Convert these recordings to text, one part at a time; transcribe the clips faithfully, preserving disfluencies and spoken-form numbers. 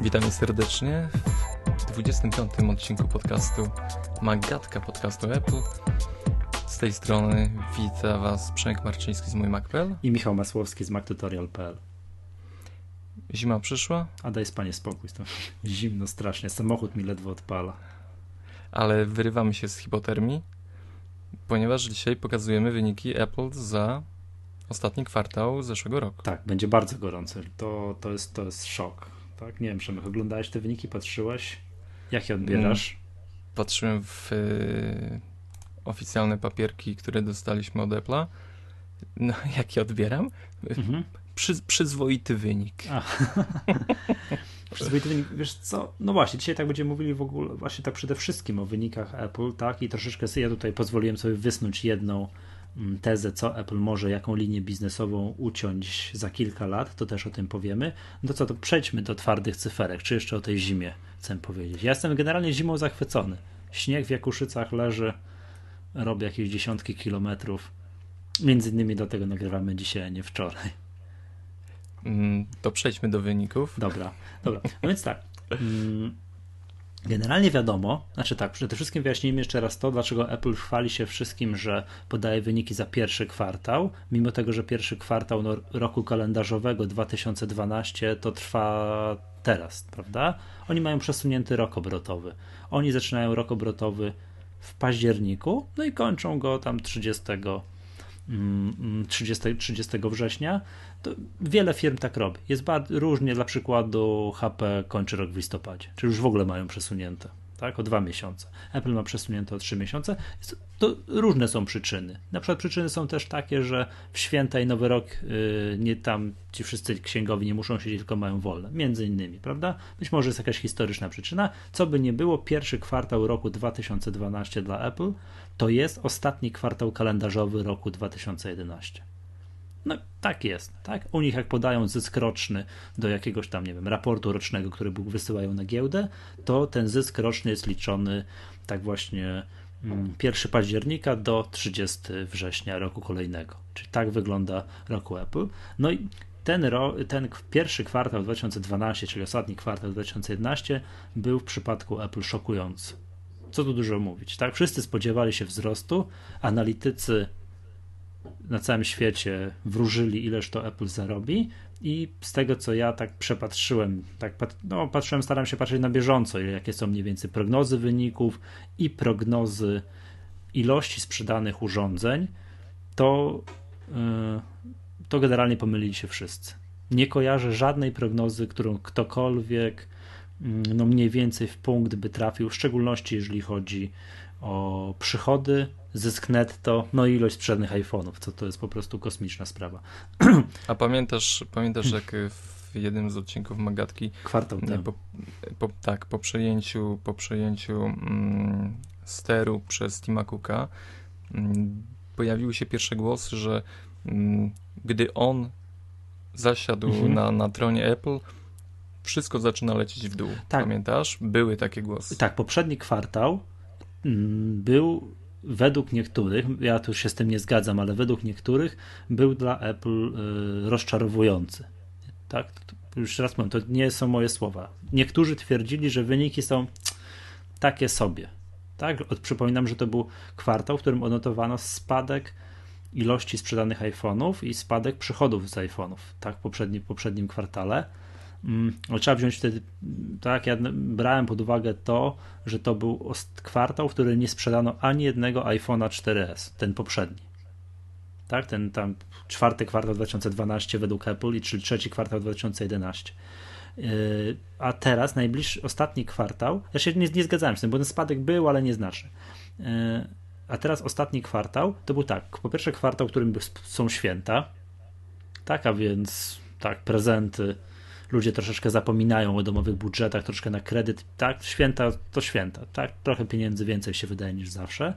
Witamy serdecznie w dwudziestym piątym odcinku podcastu Magatka, podcastu Apple. Z tej strony wita Was Przemek Marczyński z mój Mac kropka p l i Michał Masłowski z mac tutorial kropka p l. Zima przyszła? A daj Panie spokój, to zimno strasznie, samochód mi ledwo odpala. Ale wyrywamy się z hipotermii, ponieważ dzisiaj pokazujemy wyniki Apple za ostatni kwartał zeszłego roku. Tak, będzie bardzo gorąco. To, to, jest, to jest szok. Tak? Nie wiem, Przemek, oglądałeś te wyniki, patrzyłeś? Jak je odbierasz? Patrzyłem w y, oficjalne papierki, które dostaliśmy od Apple'a. No, jak je odbieram? Mhm. Przy, przyzwoity wynik. Przyzwoity wynik, wiesz co? No właśnie, dzisiaj tak będziemy mówili w ogóle właśnie tak przede wszystkim o wynikach Apple, tak? I troszeczkę sobie ja tutaj pozwoliłem sobie wysnuć jedną tezę, co Apple może, jaką linię biznesową uciąć za kilka lat, to też o tym powiemy. No to co, to przejdźmy do twardych cyferek, czy jeszcze o tej zimie chcę powiedzieć. Ja jestem generalnie zimą zachwycony. Śnieg w Jakuszycach leży, robię jakieś dziesiątki kilometrów. Między innymi do tego nagrywamy dzisiaj, a nie wczoraj. Mm, to przejdźmy do wyników. Dobra, dobra. No więc tak. Mm, Generalnie wiadomo, znaczy tak, przede wszystkim wyjaśnijmy jeszcze raz to, dlaczego Apple chwali się wszystkim, że podaje wyniki za pierwszy kwartał, mimo tego, że pierwszy kwartał no, roku kalendarzowego dwa tysiące dwunasty to trwa teraz, prawda? Oni mają przesunięty rok obrotowy. Oni zaczynają rok obrotowy w październiku, no i kończą go tam trzydziestego września. To wiele firm tak robi. Jest bardzo różnie, dla przykładu H P kończy rok w listopadzie, czy już w ogóle mają przesunięte, tak, o dwa miesiące. Apple ma przesunięte o trzy miesiące. To różne są przyczyny. Na przykład przyczyny są też takie, że w święta i Nowy Rok yy, nie tam ci wszyscy księgowi nie muszą siedzieć, tylko mają wolne. Między innymi, prawda? Być może jest jakaś historyczna przyczyna. Co by nie było, pierwszy kwartał roku dwa tysiące dwunasty dla Apple to jest ostatni kwartał kalendarzowy roku dwa tysiące jedenasty. No tak jest, tak? U nich jak podają zysk roczny do jakiegoś tam, nie wiem, raportu rocznego, który wysyłają na giełdę, to ten zysk roczny jest liczony tak właśnie pierwszego października do trzydziestego września roku kolejnego. Czyli tak wygląda roku Apple. No i ten, ro, ten pierwszy kwartał dwa tysiące dwunasty, czyli ostatni kwartał dwa tysiące jedenasty był w przypadku Apple szokujący. Co tu dużo mówić, tak? Wszyscy spodziewali się wzrostu, analitycy na całym świecie wróżyli, ileż to Apple zarobi, i z tego, co ja tak przepatrzyłem, tak no, patrzyłem, staram się patrzeć na bieżąco, jakie są mniej więcej prognozy wyników i prognozy ilości sprzedanych urządzeń, to, yy, to generalnie pomylili się wszyscy. Nie kojarzę żadnej prognozy, którą ktokolwiek yy, no mniej więcej w punkt by trafił, w szczególności jeżeli chodzi o przychody, zysk netto, no i ilość sprzedanych iPhone'ów, co to jest po prostu kosmiczna sprawa. A pamiętasz, pamiętasz jak w jednym z odcinków Magatki kwartał temu. Po, po, tak, po przejęciu, po przejęciu mm, steru przez Tima Cooka mm, pojawiły się pierwsze głosy, że mm, gdy on zasiadł mhm. na, na tronie Apple, wszystko zaczyna lecieć w dół. Tak. Pamiętasz? Były takie głosy. Tak, poprzedni kwartał mm, był według niektórych, ja tu się z tym nie zgadzam, ale według niektórych był dla Apple y, rozczarowujący. Tak? Już raz powiem, to nie są moje słowa. Niektórzy twierdzili, że wyniki są takie sobie. Tak? Przypominam, że to był kwartał, w którym odnotowano spadek ilości sprzedanych iPhone'ów i spadek przychodów z iPhone'ów, tak? w poprzednim, poprzednim kwartale. Ale trzeba wziąć wtedy, tak, ja brałem pod uwagę to, że to był kwartał, w którym nie sprzedano ani jednego iPhone'a cztery S, ten poprzedni. Tak, ten tam czwarty kwartał dwa tysiące dwunasty według Apple, czyli trzeci kwartał dwa tysiące jedenasty. Yy, a teraz najbliższy, ostatni kwartał, ja się nie, nie zgadzałem z tym, bo ten spadek był, ale nieznaczny. Yy, a teraz ostatni kwartał, to był tak, po pierwsze kwartał, w którym są święta, tak, a więc tak, prezenty, ludzie troszeczkę zapominają o domowych budżetach, troszkę na kredyt, tak, święta to święta, tak, trochę pieniędzy więcej się wydaje niż zawsze.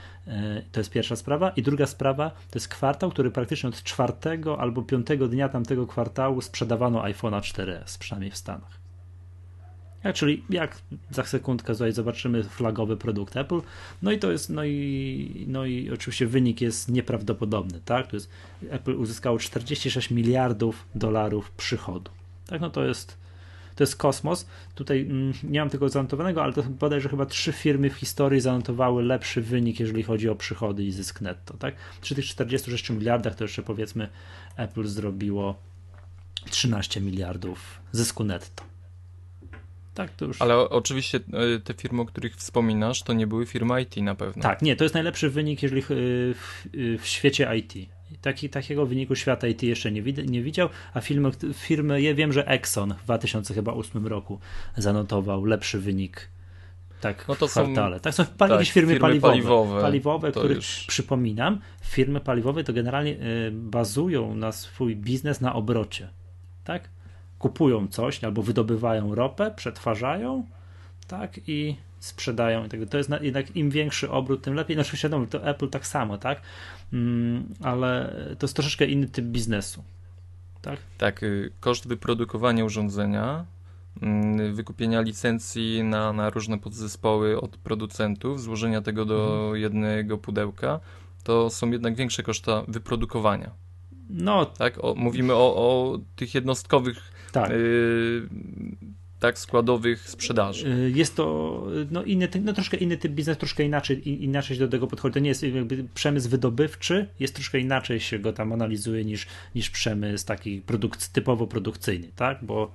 To jest pierwsza sprawa. I druga sprawa, to jest kwartał, który praktycznie od czwartego albo piątego dnia tamtego kwartału sprzedawano iPhone'a cztery S, przynajmniej w Stanach. Ja, czyli jak za sekundkę tutaj zobaczymy flagowy produkt Apple, no i to jest, no i, no i oczywiście wynik jest nieprawdopodobny, tak, to jest, Apple uzyskało czterdzieści sześć miliardów dolarów przychodu. Tak, no to jest To jest kosmos. Tutaj mm, nie mam tego zanotowanego, ale to bodajże chyba trzy firmy w historii zanotowały lepszy wynik, jeżeli chodzi o przychody i zysk netto. Tak? Przy tych czterdziestu sześciu miliardach to jeszcze powiedzmy Apple zrobiło trzynaście miliardów zysku netto. Tak, to już... Ale o, oczywiście te firmy, o których wspominasz, to nie były firmy I T na pewno. Tak, nie, to jest najlepszy wynik, jeżeli w, w świecie I T. Taki, takiego wyniku świata I T jeszcze nie, wid- nie widział, a firmy, firmy, ja wiem, że Exxon w dwa tysiące ósmym roku zanotował lepszy wynik tak, no to w kwartale. Są, tak, są tak, jakieś firmy, firmy paliwowe, paliwowe, paliwowe które już... przypominam, firmy paliwowe to generalnie y, bazują na swój biznes na obrocie. Tak? Kupują coś albo wydobywają ropę, przetwarzają, tak, i sprzedają. To jest jednak im większy obrót, tym lepiej. No oczywiście wiadomo, to Apple tak samo, tak, mm, ale to jest troszeczkę inny typ biznesu. Tak, tak, koszt wyprodukowania urządzenia, wykupienia licencji na, na różne podzespoły od producentów, złożenia tego do mhm. jednego pudełka, to są jednak większe koszta wyprodukowania. No, tak, o, mówimy o, o tych jednostkowych tak. Yy, tak, składowych sprzedaży. Jest to no, inny, no, troszkę inny typ biznesu, troszkę inaczej, inaczej się do tego podchodzi. To nie jest jakby przemysł wydobywczy, jest troszkę inaczej się go tam analizuje niż, niż przemysł taki produk- typowo produkcyjny, tak, bo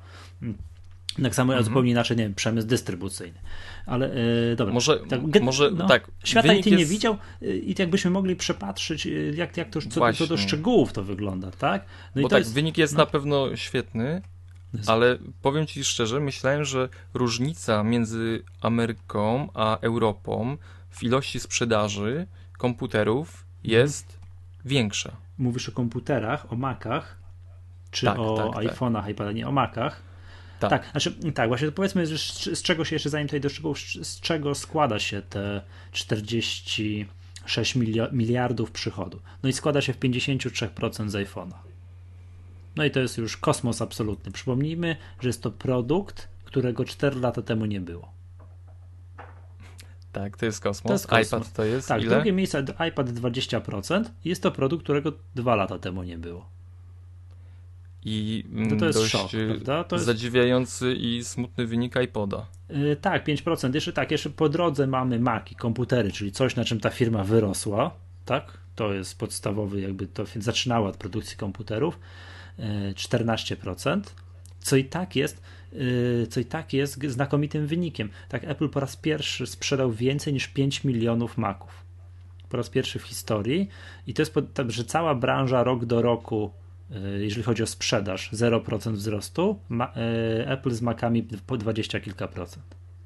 tak samo mhm. zupełnie inaczej, nie wiem, przemysł dystrybucyjny. Ale yy, dobra. Może, tak, gen- może no, tak. Świata I T jest... nie widział yy, i jakbyśmy mogli przepatrzyć, yy, jak, jak to, co, co do szczegółów to wygląda, tak? No bo i to tak, jest, wynik jest no, na pewno świetny, ale powiem Ci szczerze, myślałem, że różnica między Ameryką a Europą w ilości sprzedaży komputerów jest mhm. większa. Mówisz o komputerach, o Macach, czy tak, o tak, iPhone'ach, tak. iPadach, nie o Macach? Tak. Tak, znaczy, tak, właśnie powiedzmy, że z, z czego się jeszcze, zanim tutaj do szczegółów, z czego składa się te czterdzieści sześć miliardów przychodu? No i składa się w pięćdziesiąt trzy procent z iPhone'a. No i to jest już kosmos absolutny. Przypomnijmy, że jest to produkt, którego cztery lata temu nie było. Tak, to jest kosmos. To jest kosmos. iPad to jest tak, ile? drugie miejsce iPad dwadzieścia procent. Jest to produkt, którego dwa lata temu nie było. I to, to jest dość szok, prawda? To jest... zadziwiający i smutny wynik iPoda. Yy, tak, pięć procent. Jeszcze tak, jeszcze po drodze mamy Maci, komputery, czyli coś, na czym ta firma wyrosła, tak? To jest podstawowy, jakby to zaczynała od produkcji komputerów. Yy, czternaście procent. Co i tak jest, yy, co i tak jest znakomitym wynikiem. Tak, Apple po raz pierwszy sprzedał więcej niż pięć milionów Maców. Po raz pierwszy w historii. I to jest, tak, że cała branża rok do roku, jeżeli chodzi o sprzedaż, zero procent wzrostu, ma, e, Apple z Macami po dwadzieścia kilka procent.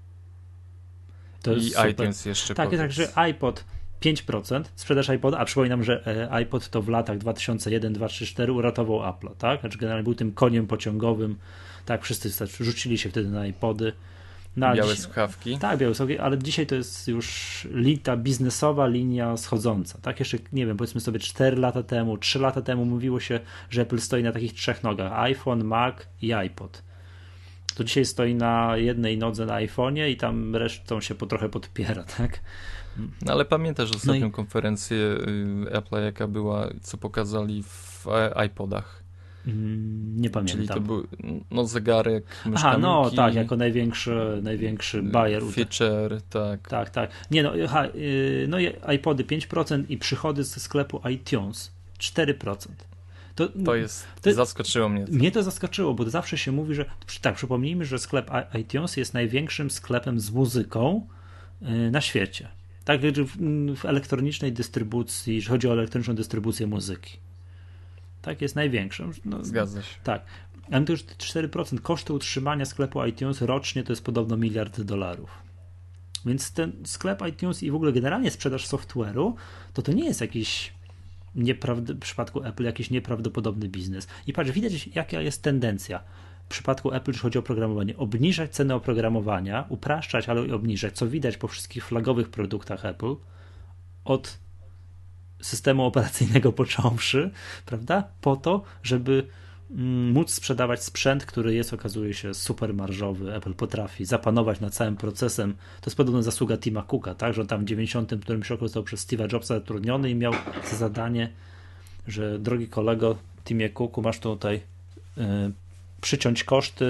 To I jest iTunes jeszcze tak, także iPod pięć procent, sprzedaż iPoda, a przypominam, że e, iPod to w latach dwa tysiące jeden, dwa, trzy, cztery uratował Apple, tak? Znaczy generalnie był tym koniem pociągowym, tak, wszyscy rzucili się wtedy na iPody. No, białe dziś, słuchawki. Tak, białe słuchawki, ale dzisiaj to jest już li, ta biznesowa linia schodząca. Tak, jeszcze, nie wiem, powiedzmy sobie cztery lata temu, trzy lata temu mówiło się, że Apple stoi na takich trzech nogach. iPhone, Mac i iPod. To dzisiaj stoi na jednej nodze na iPhone'ie i tam resztą się po trochę podpiera, tak? No ale pamiętasz ostatnią no i... konferencję Apple'a, jaka była, co pokazali w iPodach? Nie pamiętam. Czyli to był no, zegarek, Aha, no tak, jako największy, największy buyer. Feature, tak. Tak, tak. Nie no, aha, no iPody pięć procent i przychody ze sklepu iTunes cztery procent. To, to jest, to, zaskoczyło mnie. To. Mnie to zaskoczyło, bo zawsze się mówi, że tak, przypomnijmy, że sklep iTunes jest największym sklepem z muzyką na świecie. Tak, w elektronicznej dystrybucji, jeżeli chodzi o elektroniczną dystrybucję muzyki. Tak, jest największym. No, Zgadza się. Tak, ale to już cztery procent koszty utrzymania sklepu iTunes rocznie to jest podobno miliard dolarów. Więc ten sklep iTunes i w ogóle generalnie sprzedaż software'u, to to nie jest jakiś nieprawd- w przypadku Apple jakiś nieprawdopodobny biznes. I patrz, widać jaka jest tendencja. W przypadku Apple, jeśli chodzi o oprogramowanie, obniżać cenę oprogramowania, upraszczać, ale i obniżać, co widać po wszystkich flagowych produktach Apple, od systemu operacyjnego począwszy, prawda? Po to, żeby mm, móc sprzedawać sprzęt, który jest, okazuje się, super marżowy. Apple potrafi zapanować nad całym procesem. To jest podobna zasługa Tima Cooka, tak? Że on tam w dziewięćdziesiątym którymś roku został przez Steve'a Jobsa zatrudniony i miał za zadanie, że drogi kolego Timie Cooku, masz tutaj yy, przyciąć koszty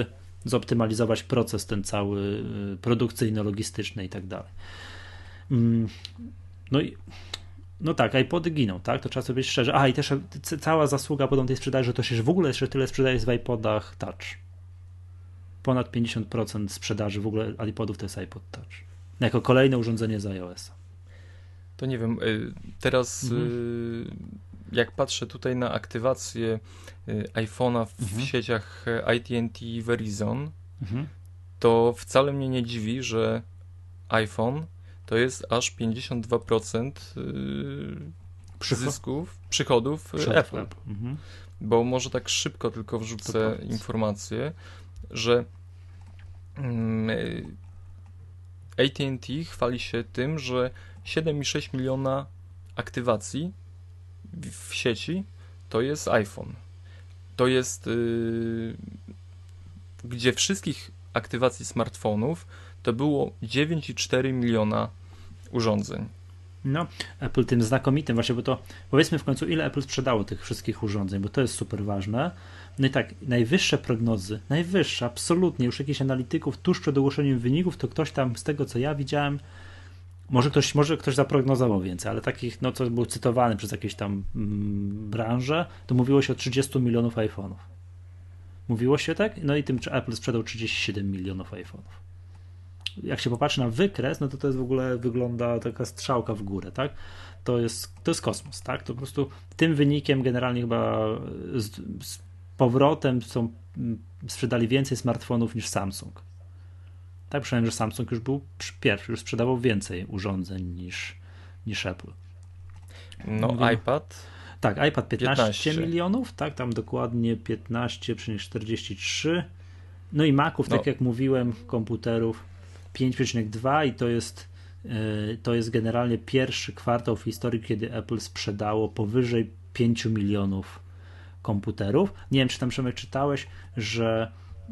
zoptymalizować proces ten cały produkcyjno-logistyczny i tak dalej. No i no tak, iPody giną, tak? To trzeba sobie być szczerze. A i też cała zasługa potem tej sprzedaży, że to się w ogóle jeszcze tyle sprzedaje w iPodach Touch. Ponad pięćdziesiąt procent sprzedaży w ogóle iPodów to jest iPod Touch. Jako kolejne urządzenie z iOS-a. To nie wiem, teraz Mhm. jak patrzę tutaj na aktywację iPhone'a w Mhm. sieciach A T and T i Verizon, Mhm. to wcale mnie nie dziwi, że iPhone to jest aż pięćdziesiąt dwa procent Przycho- zysków, przychodów Przodów Apple. Apple. Mhm. Bo może tak szybko tylko To wrzucę powiedz. informację, że mm, A T and T chwali się tym, że siedem i sześć miliona aktywacji w w sieci to jest iPhone. To jest yy, gdzie wszystkich aktywacji smartfonów to było dziewięć i cztery miliona urządzeń. No, Apple tym znakomitym właśnie, bo to powiedzmy w końcu, ile Apple sprzedało tych wszystkich urządzeń, bo to jest super ważne. No i tak, najwyższe prognozy, najwyższe, absolutnie, już jakichś analityków tuż przed ogłoszeniem wyników, to ktoś tam, z tego co ja widziałem, może ktoś, może ktoś zaprognozował więcej, ale takich, no co był cytowany przez jakieś tam mm, branże, to mówiło się o trzydziestu milionów iPhone'ów. Mówiło się tak? No i tym Apple sprzedał trzydzieści siedem milionów iPhone'ów. Jak się popatrzy na wykres, no to to jest w ogóle, wygląda taka strzałka w górę, tak? To jest, to jest kosmos, tak? To po prostu tym wynikiem generalnie chyba z, z powrotem są, sprzedali więcej smartfonów niż Samsung. Tak, przynajmniej, że Samsung już był pierwszy, już sprzedawał więcej urządzeń niż, niż Apple. No, Mówimy. iPad. Tak, iPad piętnaście, piętnaście milionów, tak, tam dokładnie piętnaście przecinek czterdzieści trzy. No i Maców, No. tak jak mówiłem, komputerów pięć przecinek dwa i to jest, yy, to jest generalnie pierwszy kwartał w historii, kiedy Apple sprzedało powyżej pięć milionów komputerów. Nie wiem, czy tam, Przemek, czytałeś, że,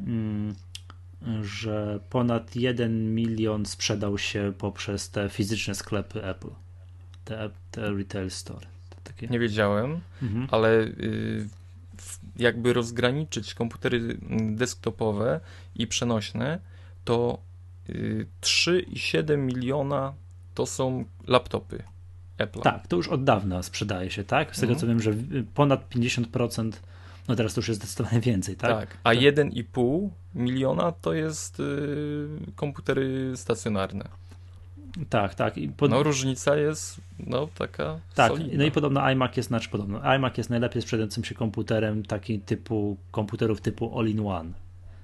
yy, że ponad jeden milion sprzedał się poprzez te fizyczne sklepy Apple, te, te retail store. Takie. Nie wiedziałem, Mhm. ale y, w- jakby rozgraniczyć komputery desktopowe i przenośne, to y, trzy i siedem miliona to są laptopy Apple'a. Tak, to już od dawna sprzedaje się, tak? Z tego Mhm. co wiem, że ponad pięćdziesiąt procent, no teraz to już jest zdecydowanie więcej, tak? Tak, a jeden i pół miliona to jest y, komputery stacjonarne. Tak, tak. I pod... No różnica jest no taka tak, solidna. no i podobno iMac jest, znaczy podobno, iMac jest najlepiej sprzedającym się komputerem, taki typu, komputerów typu all-in-one.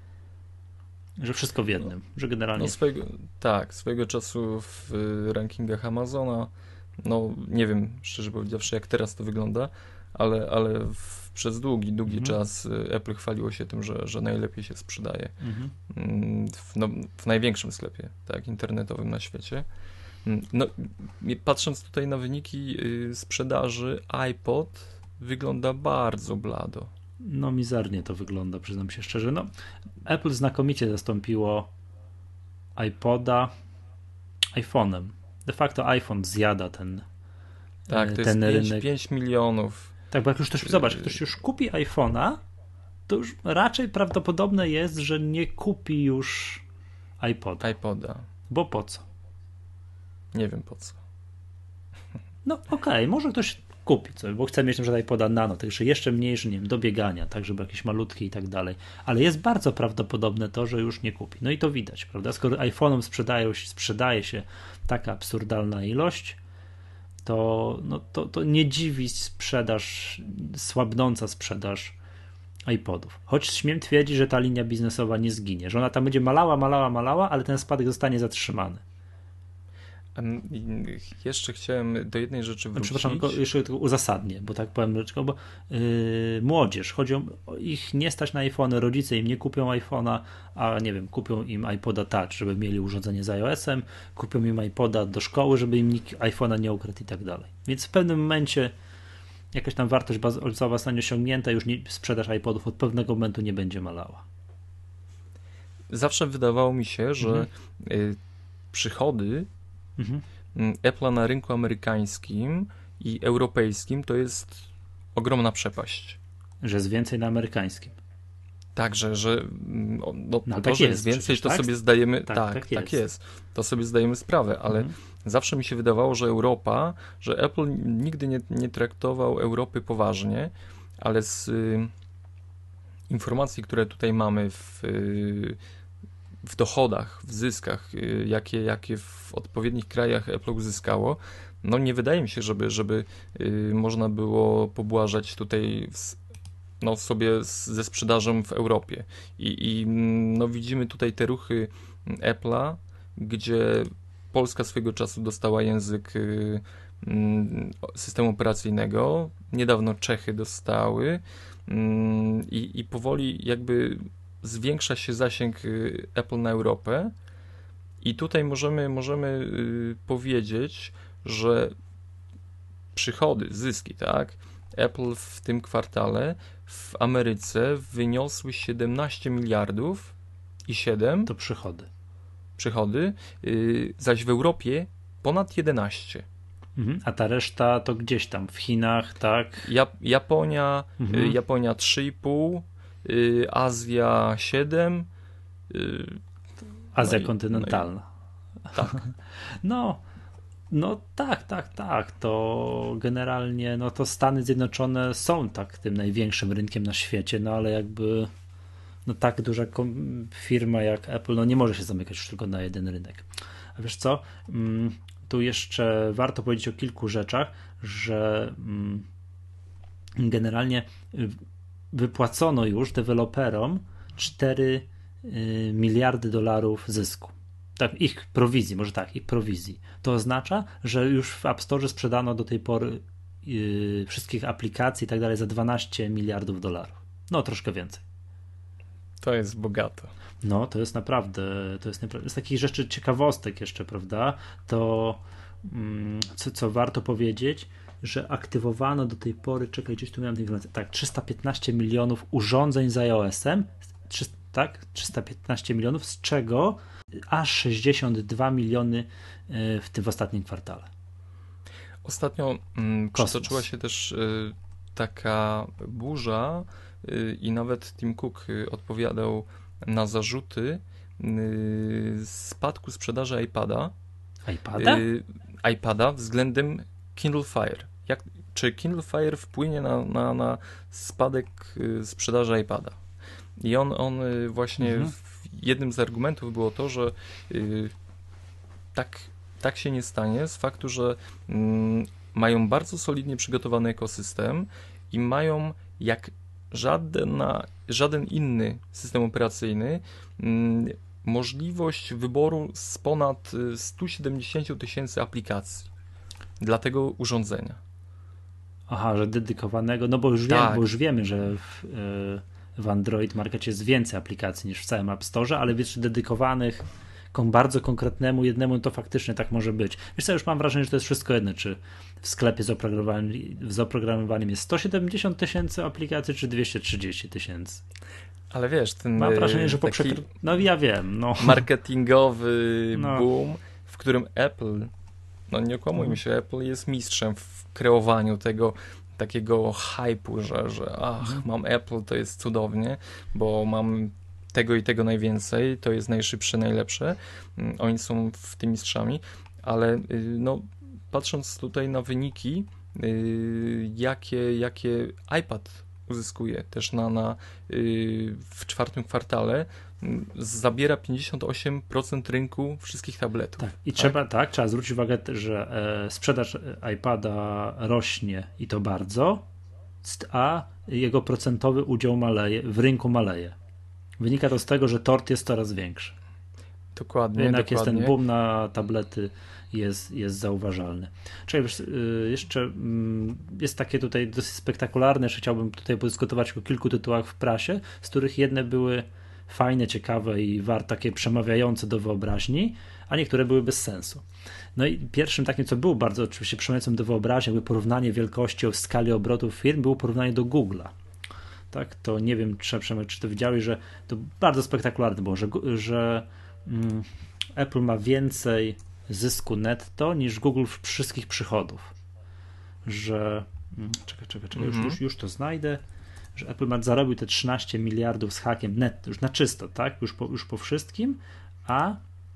Że wszystko w jednym, że generalnie... No swojego, tak, swojego czasu w y, rankingach Amazona, no nie wiem, szczerze powiedziawszy, jak teraz to wygląda, ale, ale w, przez długi, długi Mhm. czas y, Apple chwaliło się tym, że, że najlepiej się sprzedaje Mhm. mm, w, no, w największym sklepie, tak, internetowym na świecie. Mm, No, i patrząc tutaj na wyniki y, sprzedaży, iPod wygląda bardzo blado. No mizernie to wygląda, przyznam się szczerze. No, Apple znakomicie zastąpiło iPoda iPhone'em. De facto iPhone zjada ten, Tak, to ten jest rynek. pięć milionów. Tak, bo jak już ktoś, zobacz, jak ktoś już kupi iPhone'a, to już raczej prawdopodobne jest, że nie kupi już iPoda. iPoda. Bo po co? Nie wiem po co. No okej, okay, może ktoś kupi coś, bo chce mieć na przykład iPoda Nano, także jeszcze mniejszy, nie wiem, do biegania, tak, żeby jakieś malutkie i tak dalej. Ale jest bardzo prawdopodobne to, że już nie kupi. No i to widać, prawda? Skoro iPhone'om sprzedają, sprzedaje się taka absurdalna ilość, to, no, to, to nie dziwi sprzedaż, słabnąca sprzedaż iPodów. Choć śmiem twierdzić, że ta linia biznesowa nie zginie, że ona tam będzie malała, malała, malała, ale ten spadek zostanie zatrzymany. Em, i Jeszcze chciałem do jednej rzeczy No, wrócić. przepraszam, tylko jeszcze tylko uzasadnię, bo tak powiem, dlaczego, bo yy, młodzież, chodzi o, o ich nie stać na iPhony, rodzice im nie kupią iPhone'a, a nie wiem, kupią im iPoda Touch, żeby mieli urządzenie z iOS-em, kupią im iPoda do szkoły, żeby im nikt iPhone'a nie ukradł i tak dalej. Więc w pewnym momencie jakaś tam wartość bazowa zostanie osiągnięta, już nie, sprzedaż iPodów od pewnego momentu nie będzie malała. Zawsze wydawało mi się, że Mhm. y, przychody Mhm. mm, Apple'a na rynku amerykańskim i europejskim to jest ogromna przepaść. Że jest więcej na amerykańskim. Tak, że, że no, no, no, to, tak że jest, jest więcej, przecież, to tak? sobie zdajemy, Tak, tak, tak tak, jest. jest. To sobie zdajemy sprawę, ale Mhm. zawsze mi się wydawało, że Europa, że Apple nigdy nie, nie traktował Europy poważnie, ale z y, informacji, które tutaj mamy w, y, w dochodach, w zyskach, y, jakie, jakie w odpowiednich krajach Apple uzyskało, no nie wydaje mi się, żeby, żeby y, można było pobłażać tutaj w, no, sobie z, ze sprzedażą w Europie. I, i no, widzimy tutaj te ruchy Apple'a, gdzie Polska swego czasu dostała język y, y, systemu operacyjnego, niedawno Czechy dostały y, i, i powoli jakby zwiększa się zasięg y, Apple na Europę i tutaj możemy, możemy y, powiedzieć, że przychody, zyski, tak, Apple w tym kwartale w Ameryce wyniosły siedemnaście miliardów i siedem To przychody. przychody, yy, zaś w Europie ponad jedenaście. Mhm. A ta reszta to gdzieś tam w Chinach, tak? Ja, Japonia, Mhm. yy, Japonia trzy i pół, yy, Azja siedem. Yy, Azja no i- kontynentalna. No, i, tak. No, no tak, tak, tak. To generalnie, no to Stany Zjednoczone są tak tym największym rynkiem na świecie, no ale jakby no tak duża kom- firma jak Apple, no nie może się zamykać już tylko na jeden rynek. A wiesz co? Mm, tu jeszcze warto powiedzieć o kilku rzeczach, że mm, generalnie y, wypłacono już deweloperom cztery y, miliardy dolarów zysku. Tak, ich prowizji, może tak, ich prowizji. To oznacza, że już w App Store sprzedano do tej pory yy, wszystkich aplikacji i tak dalej za dwanaście miliardów dolarów. No, troszkę więcej. To jest bogato. No, to jest naprawdę, to jest naprawdę, z takich rzeczy, ciekawostek jeszcze, prawda, to mm, co, co warto powiedzieć, że aktywowano do tej pory, czekaj, gdzieś tu miałem tę informację, tak, trzysta piętnaście milionów urządzeń z iOS-em, trzysta, tak, trzysta piętnaście milionów, z czego aż sześćdziesiąt dwa miliony w tym w ostatnim kwartale. Ostatnio mm, Kosmos. przytoczyła się też y, taka burza y, i nawet Tim Cook y, odpowiadał na zarzuty y, spadku sprzedaży iPada. iPada? Y, iPada względem Kindle Fire. Jak, czy Kindle Fire wpłynie na, na, na spadek y, sprzedaży iPada? I on, on y, właśnie Mhm. w, jednym z argumentów było to, że y, tak tak się nie stanie z faktu, że mm, mają bardzo solidnie przygotowany ekosystem i mają jak żadna, żaden inny system operacyjny mm, możliwość wyboru z ponad sto siedemdziesiąt tysięcy aplikacji dla tego urządzenia. Aha, że dedykowanego, no bo już, Tak. wiem, bo już wiemy, że w, y, w Android Market jest więcej aplikacji niż w całym App Store, ale wiesz, dedykowanych kon- bardzo konkretnemu jednemu, to faktycznie tak może być. Wiesz co, już mam wrażenie, że to jest wszystko jedno, czy w sklepie z oprogramowaniem, z oprogramowaniem jest sto siedemdziesiąt tysięcy aplikacji, czy dwieście trzydzieści tysięcy. Ale wiesz, ten Mam wrażenie, że po taki przekr... No ja wiem, no. marketingowy No. boom, w którym Apple, no nie okłamujmy się, Apple jest mistrzem w kreowaniu tego takiego hype'u, że, że ach, mam Apple, to jest cudownie, bo mam tego i tego najwięcej, to jest najszybsze, najlepsze. Mm, Oni są w tym mistrzami, ale y, no, patrząc tutaj na wyniki, y, jakie, jakie iPad uzyskuje też na, na, y, w czwartym kwartale, y, zabiera pięćdziesiąt osiem procent rynku wszystkich tabletów. Tak. I trzeba, tak, trzeba zwrócić uwagę, że e, sprzedaż iPada rośnie i to bardzo, a jego procentowy udział maleje, w rynku maleje. Wynika to z tego, że tort jest coraz większy. Dokładnie, Jednak jest dokładnie. ten boom na tablety, jest, jest zauważalny. Czekaj, wiesz, y, jeszcze mm, jest takie tutaj dosyć spektakularne, że chciałbym tutaj podyskutować o kilku tytułach w prasie, z których jedne były fajne, ciekawe i war takie przemawiające do wyobraźni, a niektóre były bez sensu. No i pierwszym takim, co było bardzo oczywiście przemawiającym do wyobraźni, jakby porównanie wielkości w skali obrotów firm, było porównanie do Google'a. Tak, to nie wiem, czy, czy to widziałeś, że to bardzo spektakularne było, że, że mm, Apple ma więcej zysku netto niż Google w wszystkich przychodów. Że mm, czekaj, czekaj, czekaj, Mhm. już, już, już to znajdę, że Apple ma zarobił te trzynaście miliardów z hakiem net, już na czysto, tak? Już po, już po wszystkim, a,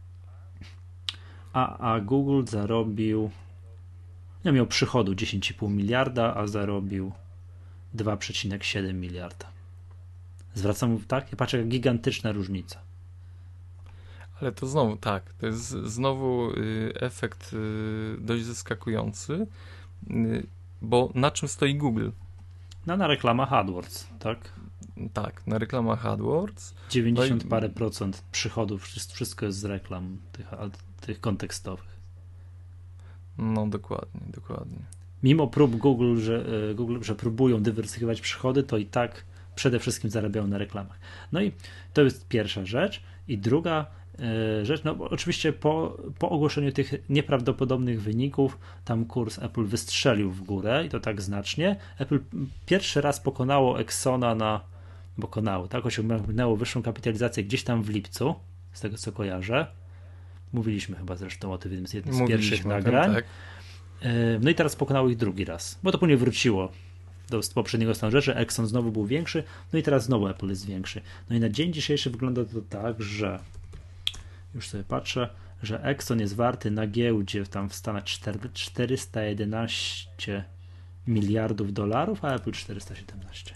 a, a Google zarobił, nie miał przychodu dziesięć i pół miliarda, a zarobił dwa przecinek siedem miliarda. Zwracam, tak? Ja patrzę, jak gigantyczna różnica. Ale to znowu, tak, to jest znowu y, efekt y, dość zaskakujący, y, bo na czym stoi Google? No na reklamach AdWords, tak? Tak, na reklamach AdWords. dziewięćdziesiąt no i, parę procent przychodów, wszystko jest z reklam tych, tych kontekstowych. No dokładnie, dokładnie. Mimo prób Google, że, Google, że próbują dywersyfikować przychody, to i tak przede wszystkim zarabiają na reklamach. No i to jest pierwsza rzecz. I druga rzecz, no oczywiście po, po ogłoszeniu tych nieprawdopodobnych wyników, tam kurs Apple wystrzelił w górę i to tak znacznie. Apple pierwszy raz pokonało Exxona na, pokonało, tak, osiągnęło wyższą kapitalizację gdzieś tam w lipcu, z tego co kojarzę. Mówiliśmy chyba zresztą o tym z jednym z Mówiliśmy pierwszych nagrań. Tym, tak. No i teraz pokonało ich drugi raz, bo to później wróciło do poprzedniego stanu rzeczy. Exxon znowu był większy, no i teraz znowu Apple jest większy. No i na dzień dzisiejszy wygląda to tak, że już sobie patrzę, że Exxon jest warty na giełdzie tam w Stanach czterysta jedenaście miliardów dolarów, a Apple czterysta siedemnaście.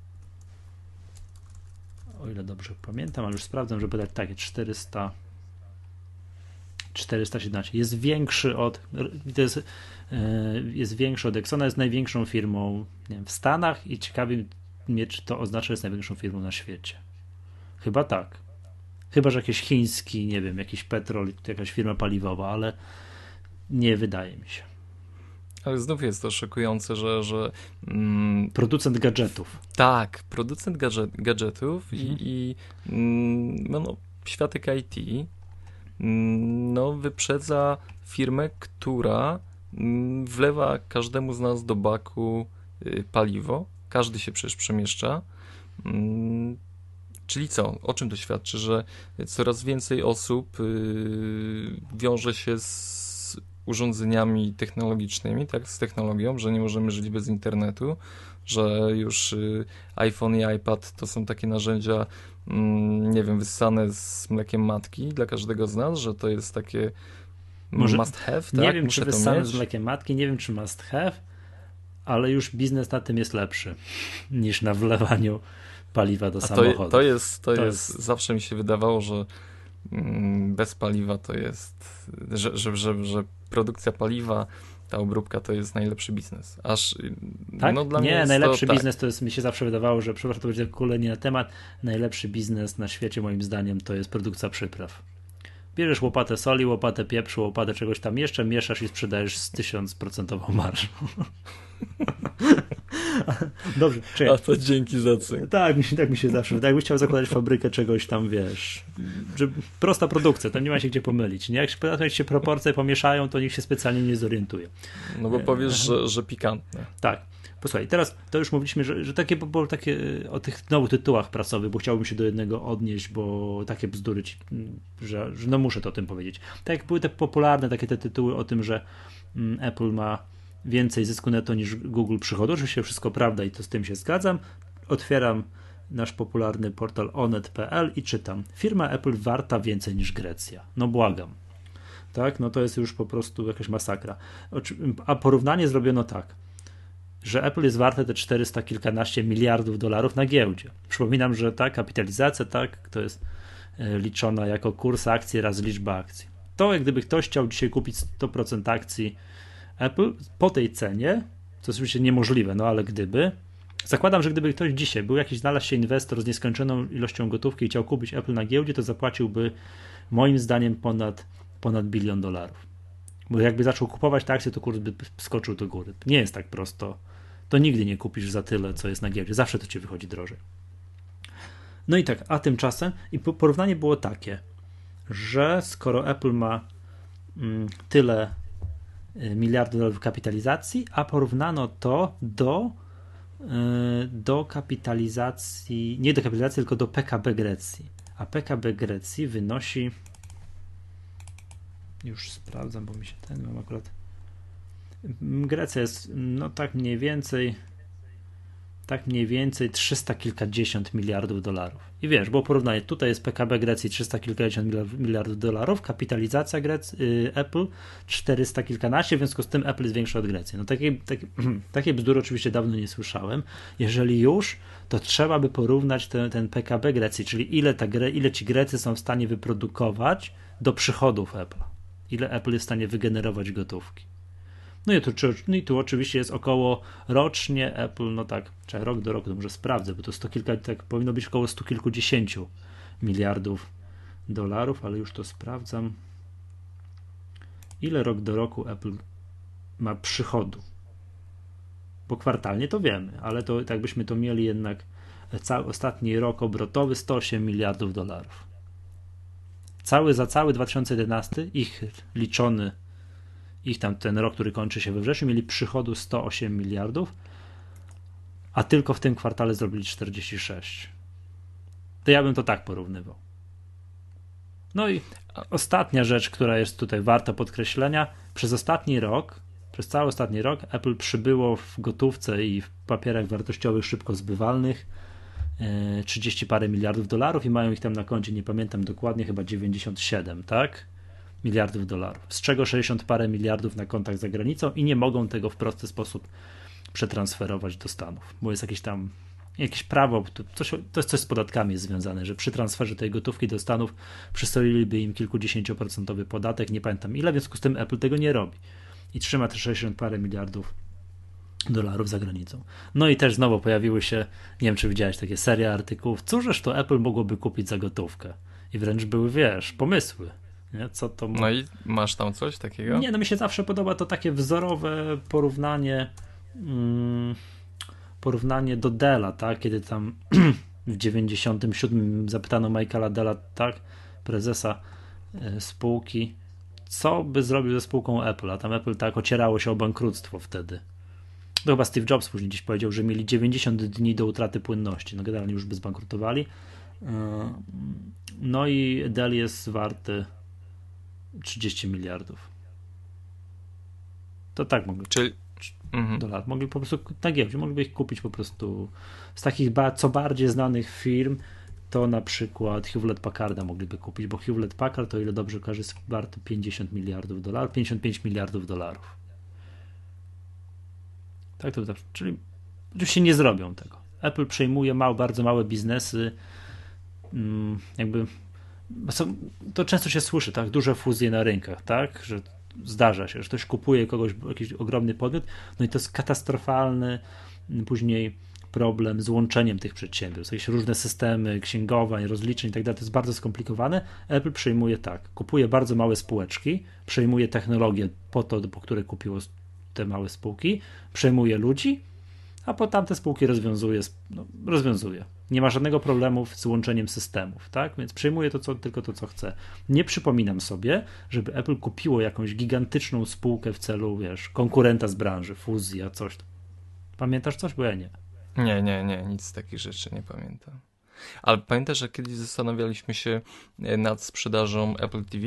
O ile dobrze pamiętam, ale już sprawdzam, żeby dać takie czterysta, czterysta siedemnaście. Jest większy od to jest, jest większy od Exxona, jest największą firmą, nie wiem, w Stanach i ciekawi mnie, czy to oznacza, że jest największą firmą na świecie. Chyba tak. Chyba, że jakiś chiński, nie wiem, jakiś petrol, jakaś firma paliwowa, ale nie wydaje mi się. Ale znów jest to szokujące, że... że mm, producent gadżetów. Tak, producent gadżet, gadżetów mhm. i, i mm, no, światek I T no, wyprzedza firmę, która mm, wlewa każdemu z nas do baku y, paliwo. Każdy się przecież przemieszcza. Mm, Czyli co? O czym to świadczy? Że coraz więcej osób yy, wiąże się z urządzeniami technologicznymi, tak, z technologią, że nie możemy żyć bez internetu, że już yy, iPhone i iPad to są takie narzędzia, yy, nie wiem, wyssane z mlekiem matki dla każdego z nas, że to jest takie Może, must have, tak? Nie wiem, Muszę czy wyssane z mlekiem matki, nie wiem, czy must have, ale już biznes na tym jest lepszy niż na wlewaniu paliwa do samochodu. To, to, jest, to, to jest, jest, zawsze mi się wydawało, że mm, bez paliwa to jest, że, że, że, że produkcja paliwa, ta obróbka to jest najlepszy biznes. Aż, tak? No, dla nie, mnie jest najlepszy to, biznes tak. to jest, mi się zawsze wydawało, że przepraszam, to będzie kulenie na temat, najlepszy biznes na świecie moim zdaniem to jest produkcja przypraw. Bierzesz łopatę soli, łopatę pieprzu, łopatę czegoś tam jeszcze, mieszasz i sprzedajesz z tysiąc procentową marżą. Dobrze, czekaj. A to dzięki za cynk. Tak, tak mi się zawsze wydaje. Jakbyś chciał zakładać fabrykę czegoś tam, wiesz, że prosta produkcja, to nie ma się gdzie pomylić. Nie? Jak się, jak się proporcje pomieszają, to nikt się specjalnie nie zorientuje. No bo powiesz, że, że pikantne. Tak. Posłuchaj, teraz to już mówiliśmy, że, że takie, bo takie o tych nowych tytułach prasowych, bo chciałbym się do jednego odnieść, bo takie bzdury ci, że, że no muszę to o tym powiedzieć. Tak jak były te popularne takie te tytuły o tym, że mm, Apple ma więcej zysku netto niż Google przychodu. Oczywiście wszystko prawda i to z tym się zgadzam. Otwieram nasz popularny portal onet kropka pe el i czytam. Firma Apple warta więcej niż Grecja. No błagam. Tak? No to jest już po prostu jakaś masakra. A porównanie zrobiono tak, że Apple jest warte te czterysta kilkanaście miliardów dolarów na giełdzie. Przypominam, że ta kapitalizacja, tak, to jest liczona jako kurs akcji raz liczba akcji. To jak gdyby ktoś chciał dzisiaj kupić sto procent akcji Apple po tej cenie, to jest oczywiście niemożliwe, no ale gdyby, zakładam, że gdyby ktoś dzisiaj był jakiś, znalazł się inwestor z nieskończoną ilością gotówki i chciał kupić Apple na giełdzie, to zapłaciłby moim zdaniem ponad, ponad bilion dolarów. Bo jakby zaczął kupować te akcje, to kurs by skoczył do góry. Nie jest tak prosto. To nigdy nie kupisz za tyle, co jest na giełdzie. Zawsze to ci wychodzi drożej. No i tak, a tymczasem i porównanie było takie, że skoro Apple ma mm, tyle miliardów dolarów kapitalizacji, a porównano to do do kapitalizacji, nie do kapitalizacji, tylko do P K B Grecji. A P K B Grecji wynosi, już sprawdzam, bo mi się ten mam akurat, Grecja jest, no tak mniej więcej tak mniej więcej trzysta kilkadziesiąt miliardów dolarów. I wiesz, było porównanie, tutaj jest P K B Grecji trzysta kilkadziesiąt miliardów dolarów, kapitalizacja Grec, y, Apple czterysta kilkanaście, w związku z tym Apple jest większy od Grecji. No takiej, takie, takie bzdury oczywiście dawno nie słyszałem. Jeżeli już, to trzeba by porównać ten, ten P K B Grecji, czyli ile, ta, ile ci Grecy są w stanie wyprodukować do przychodów Apple. Ile Apple jest w stanie wygenerować gotówki. No i, tu, no i tu oczywiście jest około rocznie Apple, no tak, trzeba rok do roku, to może sprawdzę, bo to sto kilka, tak powinno być około stu kilkudziesięciu miliardów dolarów, ale już to sprawdzam. Ile rok do roku Apple ma przychodu? Bo kwartalnie to wiemy, ale to tak byśmy to mieli jednak cały ostatni rok obrotowy sto osiem miliardów dolarów. Cały za cały dwa tysiące jedenasty ich liczony ich tam ten rok, który kończy się we wrześniu, mieli przychodu sto osiem miliardów, a tylko w tym kwartale zrobili czterdzieści sześć. To ja bym to tak porównywał. No i ostatnia rzecz, która jest tutaj warta podkreślenia, przez ostatni rok, przez cały ostatni rok Apple przybyło w gotówce i w papierach wartościowych szybko zbywalnych trzydzieści parę miliardów dolarów i mają ich tam na koncie, nie pamiętam dokładnie, chyba dziewięćdziesiąt siedem, tak? Miliardów dolarów, z czego sześćdziesiąt parę miliardów na kontach za granicą i nie mogą tego w prosty sposób przetransferować do Stanów, bo jest jakieś tam jakieś prawo, to, coś, to jest coś z podatkami związane, że przy transferze tej gotówki do Stanów przystoliliby im kilkudziesięcioprocentowy podatek, nie pamiętam ile, w związku z tym Apple tego nie robi i trzyma te sześćdziesiąt parę miliardów dolarów za granicą. No i też znowu pojawiły się, nie wiem czy widziałeś takie serie artykułów, cóżeż to Apple mogłoby kupić za gotówkę i wręcz były, wiesz, pomysły. Nie? Co to ma... No i masz tam coś takiego? Nie, no mi się zawsze podoba to takie wzorowe porównanie mm, porównanie do Della, tak? Kiedy tam w dziewięćdziesiątym siódmym zapytano Michaela Della, tak? Prezesa y, spółki, co by zrobił ze spółką Apple, a tam Apple tak ocierało się o bankructwo wtedy. To chyba Steve Jobs później gdzieś powiedział, że mieli dziewięćdziesiąt dni do utraty płynności. No generalnie już by zbankrutowali. Y, no i Dell jest warty trzydzieści miliardów. To tak mogli. Czyli mhm. dolarów. Mogli po prostu na giełdzie, mogliby ich kupić po prostu z takich ba- co bardziej znanych firm, to na przykład Hewlett Packarda mogliby kupić, bo Hewlett Packard, to ile dobrze kojarzę, jest warty pięćdziesiąt miliardów dolarów, pięćdziesiąt pięć miliardów dolarów. Tak to zawsze. Czyli oczywiście nie zrobią tego. Apple przejmuje małe, bardzo małe biznesy, mm, jakby są, to często się słyszy, tak? Duże fuzje na rynkach, tak? Że zdarza się, że ktoś kupuje kogoś, jakiś ogromny podmiot, no i to jest katastrofalny później problem z łączeniem tych przedsiębiorstw. Jakieś różne systemy księgowań, rozliczeń i tak dalej, to jest bardzo skomplikowane. Apple przejmuje tak, kupuje bardzo małe spółeczki, przejmuje technologię po to, po które kupiło te małe spółki, przejmuje ludzi, a po tamte spółki rozwiązuje, no, rozwiązuje. Nie ma żadnego problemu z łączeniem systemów, tak? Więc przejmuje to, co, tylko to, co chce. Nie przypominam sobie, żeby Apple kupiło jakąś gigantyczną spółkę w celu, wiesz, konkurenta z branży, fuzja, coś. Pamiętasz coś? Bo ja nie. Nie, nie, nie, nic z takich rzeczy nie pamiętam. Ale pamiętasz, że kiedyś zastanawialiśmy się nad sprzedażą Apple T V?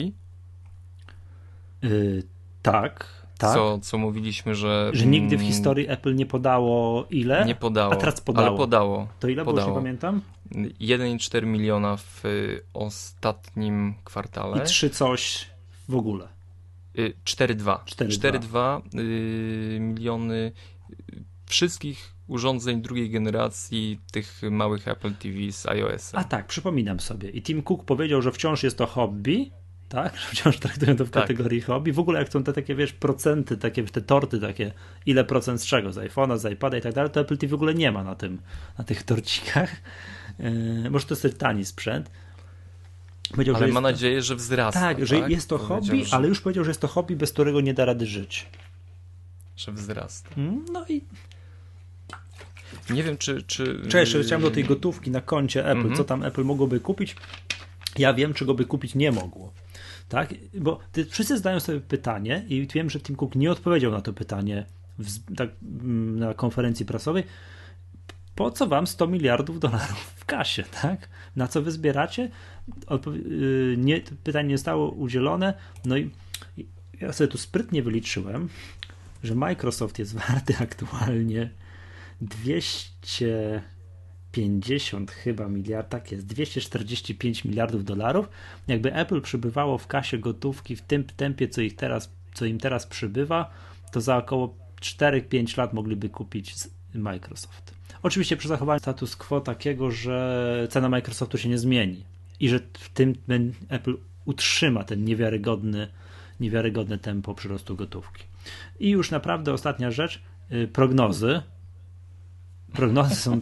Yy, tak. Tak. Co, co mówiliśmy, że... Że nigdy w historii Apple nie podało ile? Nie podało, a teraz podało. ale podało. To ile, podało. Bo już nie pamiętam? jeden przecinek cztery miliona w ostatnim kwartale. I trzy coś w ogóle. cztery przecinek dwa. cztery cztery przecinek dwa y, miliony wszystkich urządzeń drugiej generacji, tych małych Apple T V z iOS-em. A tak, przypominam sobie. I Tim Cook powiedział, że wciąż jest to hobby, tak? Że wciąż traktują to w tak. kategorii hobby. W ogóle jak są te takie, wiesz, procenty, takie te torty takie, ile procent z czego, z iPhone'a, z iPada i tak dalej, to Apple T V w ogóle nie ma na tym, na tych torcikach. Yy, może to jest tani sprzęt. Powiedział, ale że ma jest nadzieję, że wzrasta. Tak, że tak? jest to hobby, że... ale już powiedział, że jest to hobby, bez którego nie da rady żyć. Że wzrasta. No i nie wiem, czy... czy... Cześć, jeszcze chciałem do tej gotówki na koncie Apple, mm-hmm. co tam Apple mogłoby kupić. Ja wiem, czego by kupić nie mogło. Tak? Bo ty, wszyscy zdają sobie pytanie i wiem, że Tim Cook nie odpowiedział na to pytanie w, tak, na konferencji prasowej. Po co wam sto miliardów dolarów w kasie, tak? Na co wy zbieracie? Odpo- yy, nie, pytanie nie zostało udzielone. No i ja sobie tu sprytnie wyliczyłem, że Microsoft jest warty aktualnie dwieście pięćdziesiąt chyba miliard, tak jest, dwieście czterdzieści pięć miliardów dolarów. Jakby Apple przybywało w kasie gotówki w tym tempie, co ich teraz, co im teraz przybywa, to za około cztery pięć lat mogliby kupić Microsoft. Oczywiście przy zachowaniu status quo takiego, że cena Microsoftu się nie zmieni i że w tym Apple utrzyma ten niewiarygodny, niewiarygodne tempo przyrostu gotówki. I już naprawdę ostatnia rzecz, prognozy. Prognozy są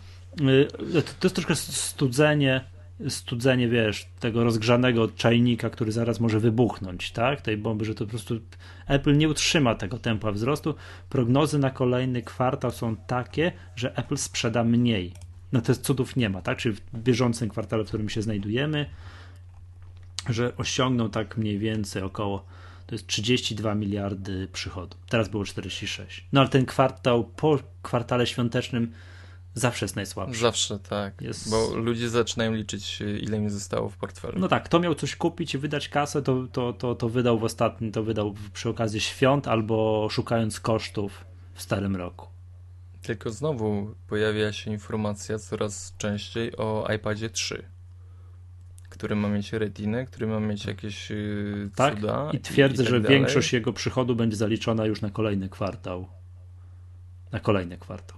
to jest troszkę studzenie studzenie, wiesz, tego rozgrzanego czajnika, który zaraz może wybuchnąć, tak, tej bomby, że to po prostu Apple nie utrzyma tego tempa wzrostu. Prognozy na kolejny kwartał są takie, że Apple sprzeda mniej. No to jest cudów nie ma, tak, czyli w bieżącym kwartale, w którym się znajdujemy, że osiągną tak mniej więcej około, to jest trzydzieści dwa miliardy przychodu. Teraz było czterdzieści sześć. No ale ten kwartał po kwartale świątecznym zawsze jest najsłabszy. Zawsze tak, jest... bo ludzie zaczynają liczyć, ile im zostało w portfelu. No tak, kto miał coś kupić i wydać kasę, to, to, to, to wydał w ostatnim, to wydał przy okazji świąt albo szukając kosztów w starym roku. Tylko znowu pojawia się informacja coraz częściej o iPadzie trzy, który ma mieć retinę, który ma mieć jakieś yy, cuda. Tak, i twierdzę, i, i tak że dalej. Większość jego przychodu będzie zaliczona już na kolejny kwartał. Na kolejny kwartał.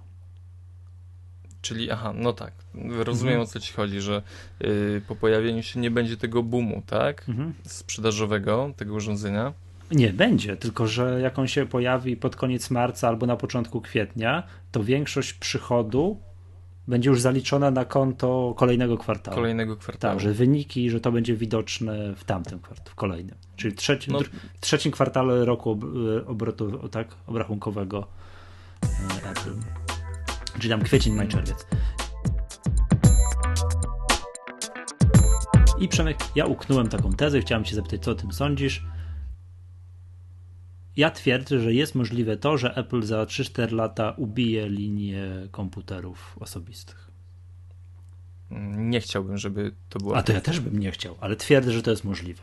Czyli, aha, no tak, rozumiem mhm. o co ci chodzi, że yy, po pojawieniu się nie będzie tego boomu, tak, mhm. sprzedażowego tego urządzenia. Nie, będzie, tylko że jak on się pojawi pod koniec marca albo na początku kwietnia, to większość przychodu będzie już zaliczona na konto kolejnego kwartału. Kolejnego kwartału. Tak, że wyniki, że to będzie widoczne w tamtym kwartale, w kolejnym. Czyli trzeci, no. w trzecim kwartale roku ob, obrotu, tak, obrachunkowego Apple. Czyli tam kwiecień, maj, czerwiec. I Przemek, ja uknąłem taką tezę, chciałem cię zapytać, co o tym sądzisz. Ja twierdzę, że jest możliwe to, że Apple za trzy cztery lata ubije linię komputerów osobistych. Nie chciałbym, żeby to było. A to ja też bym nie chciał, ale twierdzę, że to jest możliwe.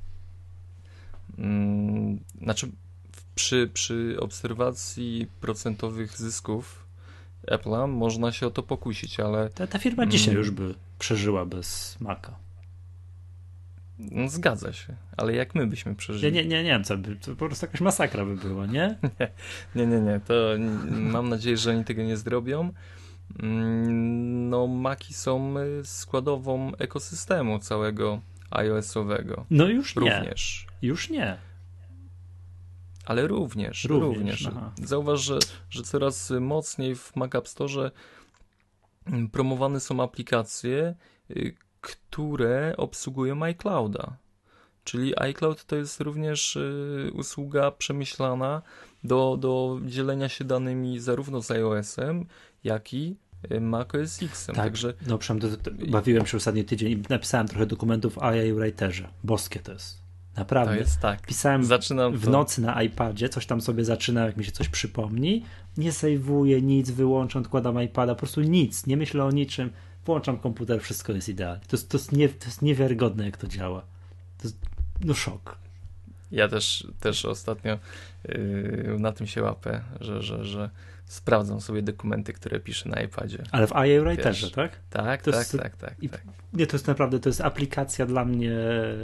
Hmm, znaczy, przy, przy obserwacji procentowych zysków Apple'a można się o to pokusić, ale... Ta, ta firma dzisiaj hmm. już by przeżyła bez Maca. No, zgadza się, ale jak my byśmy przeżyli? Nie, nie, nie, nie wiem, co by, to po prostu jakaś masakra by była, nie? nie, nie, nie, to mam nadzieję, że oni tego nie zrobią. No, Maci są składową ekosystemu całego iOS-owego. No już nie. Również. Już nie. Ale również, również. również. Zauważ, że, że coraz mocniej w Mac App Store promowane są aplikacje, które obsługują iClouda. Czyli iCloud to jest również y, usługa przemyślana do, do dzielenia się danymi zarówno z iOS-em, jak i macOS X-em. Tak, Także... no przynajmniej to, to, bawiłem się ostatni tydzień i napisałem trochę dokumentów w I A Writerze. Boskie to jest. Naprawdę. To jest tak. Pisałem Zaczynam w to... nocy na iPadzie, coś tam sobie zaczynam, jak mi się coś przypomni. Nie sejwuję nic, wyłączam, odkładam iPada, po prostu nic, nie myślę o niczym. Włączam komputer, wszystko jest idealnie. To jest, to jest, nie, to jest niewiarygodne, jak to działa. To jest, no szok. Ja też, też ostatnio yy, na tym się łapę, że, że, że sprawdzam sobie dokumenty, które piszę na iPadzie. Ale w I A Writerze, tak? Tak, to tak, jest, tak, tak, i, tak. Nie, to jest naprawdę, to jest aplikacja dla mnie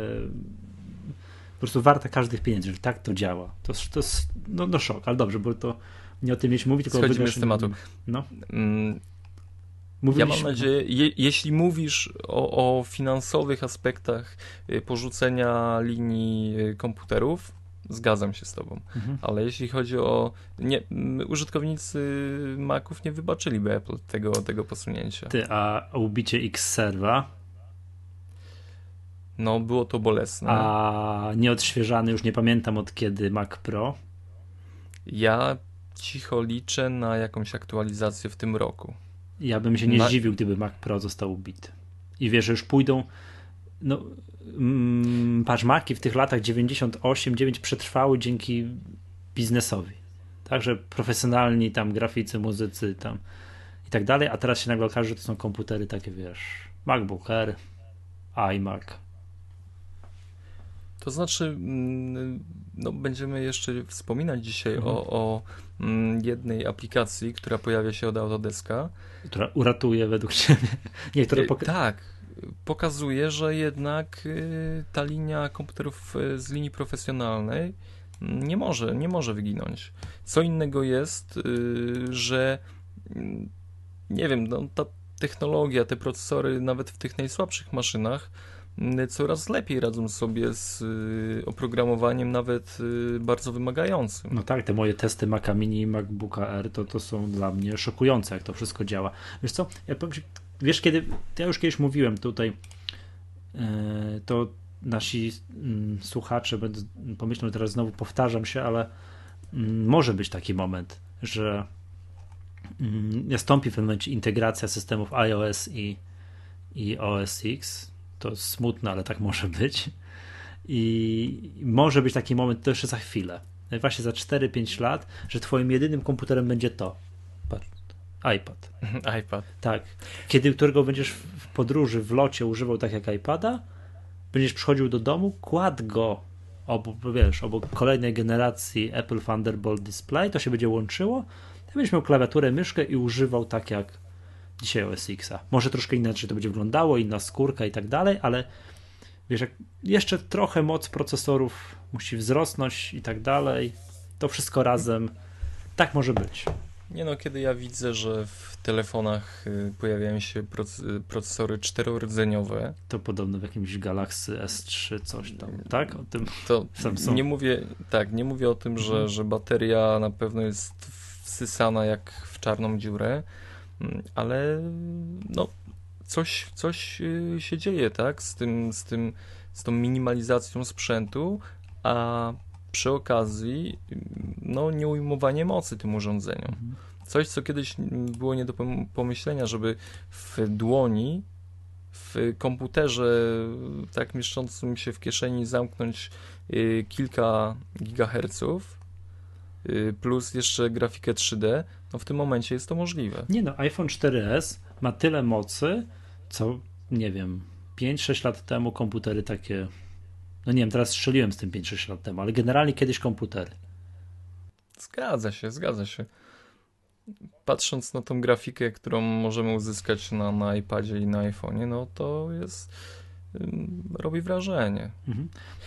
po prostu warta każdych pieniędzy, że tak to działa. To, to jest no, no szok, ale dobrze, bo to nie o tym mieć mówić, tylko schodzimy z tematu. No. Mm. Mówiliśmy. Ja mam nadzieję, je, jeśli mówisz o, o finansowych aspektach porzucenia linii komputerów, zgadzam się z tobą, mhm. ale jeśli chodzi o... Nie, użytkownicy Maców nie wybaczyliby Apple tego, tego posunięcia. Ty, a ubicie X-Serva? No, było to bolesne. A nieodświeżany, już nie pamiętam od kiedy, Mac Pro? Ja cicho liczę na jakąś aktualizację w tym roku. Ja bym się nie na... zdziwił, gdyby Mac Pro został ubity. I wiesz, że już pójdą... No, mm, patrz, Maci w tych latach dziewięćdziesiąt osiem dziewięć przetrwały dzięki biznesowi. Także profesjonalni tam graficy, muzycy tam i tak dalej, a teraz się nagle okaże, że to są komputery takie, wiesz, MacBook Air, iMac. To znaczy, no, będziemy jeszcze wspominać dzisiaj mhm. o, o jednej aplikacji, która pojawia się od Autodeska. Która uratuje według ciebie. Nie, która poka- tak, pokazuje, że jednak ta linia komputerów z linii profesjonalnej nie może, nie może wyginąć. Co innego jest, że nie wiem, no, ta technologia, te procesory nawet w tych najsłabszych maszynach coraz lepiej radzą sobie z oprogramowaniem nawet bardzo wymagającym. No tak, te moje testy Maca Mini i MacBooka Air to, to są dla mnie szokujące, jak to wszystko działa. Wiesz co, ja powiem, wiesz kiedy, ja już kiedyś mówiłem tutaj, yy, to nasi yy, słuchacze będą pomyślą, teraz znowu powtarzam się, ale yy, może być taki moment, że yy, nastąpi w pewnym momencie integracja systemów iOS i, i O S X. To smutne, ale tak może być. I może być taki moment, to jeszcze za chwilę, właśnie za cztery pięć lat, że twoim jedynym komputerem będzie to. Patrz, iPad. iPad. Tak. Kiedy którego będziesz w podróży, w locie używał tak jak iPada, będziesz przychodził do domu, kładł go obok, wiesz, obok kolejnej generacji Apple Thunderbolt Display, to się będzie łączyło, ty będziesz miał klawiaturę, myszkę i używał tak jak dzisiaj O S X-a. Może troszkę inaczej to będzie wyglądało, inna skórka i tak dalej, ale wiesz, jak jeszcze trochę moc procesorów musi wzrosnąć i tak dalej, to wszystko razem tak może być. Nie no, kiedy ja widzę, że w telefonach pojawiają się procesory czterordzeniowe. To podobno w jakimś Galaxy S trzy coś tam, tak? O tym to nie mówię, tak, nie mówię o tym, że, mhm. że bateria na pewno jest wsysana jak w czarną dziurę, ale no coś, coś się dzieje, tak, z tym, z tym, z tą minimalizacją sprzętu, a przy okazji no nieujmowanie mocy tym urządzeniom. Coś, co kiedyś było nie do pomyślenia, żeby w dłoni, w komputerze tak mieszczącym się w kieszeni zamknąć kilka gigaherców, plus jeszcze grafikę trzy D, no w tym momencie jest to możliwe. Nie no, iPhone cztery S ma tyle mocy, co, nie wiem, pięć sześć lat temu komputery takie, no nie wiem, teraz strzeliłem z tym pięć sześć lat temu, ale generalnie kiedyś komputery. Zgadza się, zgadza się. Patrząc na tą grafikę, którą możemy uzyskać na, na iPadzie i na iPhone'ie, no to jest, robi wrażenie. Mhm.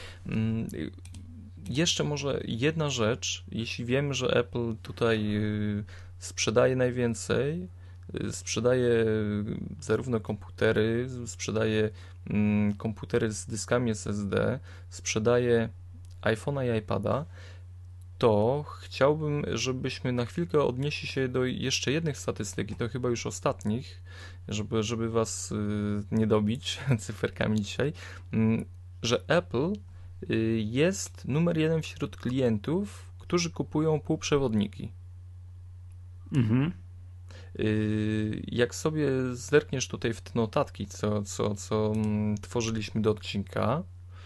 Jeszcze może jedna rzecz, jeśli wiemy, że Apple tutaj sprzedaje najwięcej, sprzedaje zarówno komputery, sprzedaje komputery z dyskami S S D, sprzedaje iPhone'a i iPada, to chciałbym, żebyśmy na chwilkę odnieśli się do jeszcze jednych statystyk, i to chyba już ostatnich, żeby, żeby was nie dobić cyferkami dzisiaj, że Apple jest numer jeden wśród klientów, którzy kupują półprzewodniki. Mhm. Jak sobie zerkniesz tutaj w te notatki, co, co, co tworzyliśmy do odcinka,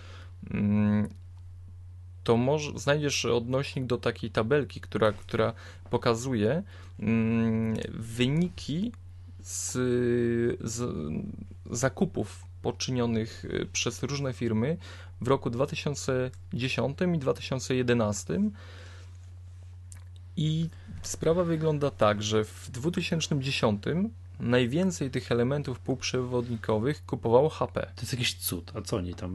to może znajdziesz odnośnik do takiej tabelki, która, która pokazuje wyniki z, z zakupów poczynionych przez różne firmy w roku dwa tysiące dziesiątym i dwa tysiące jedenastym. I sprawa wygląda tak, że w dwa tysiące dziesiątym najwięcej tych elementów półprzewodnikowych kupowało H P. To jest jakiś cud. A co oni tam?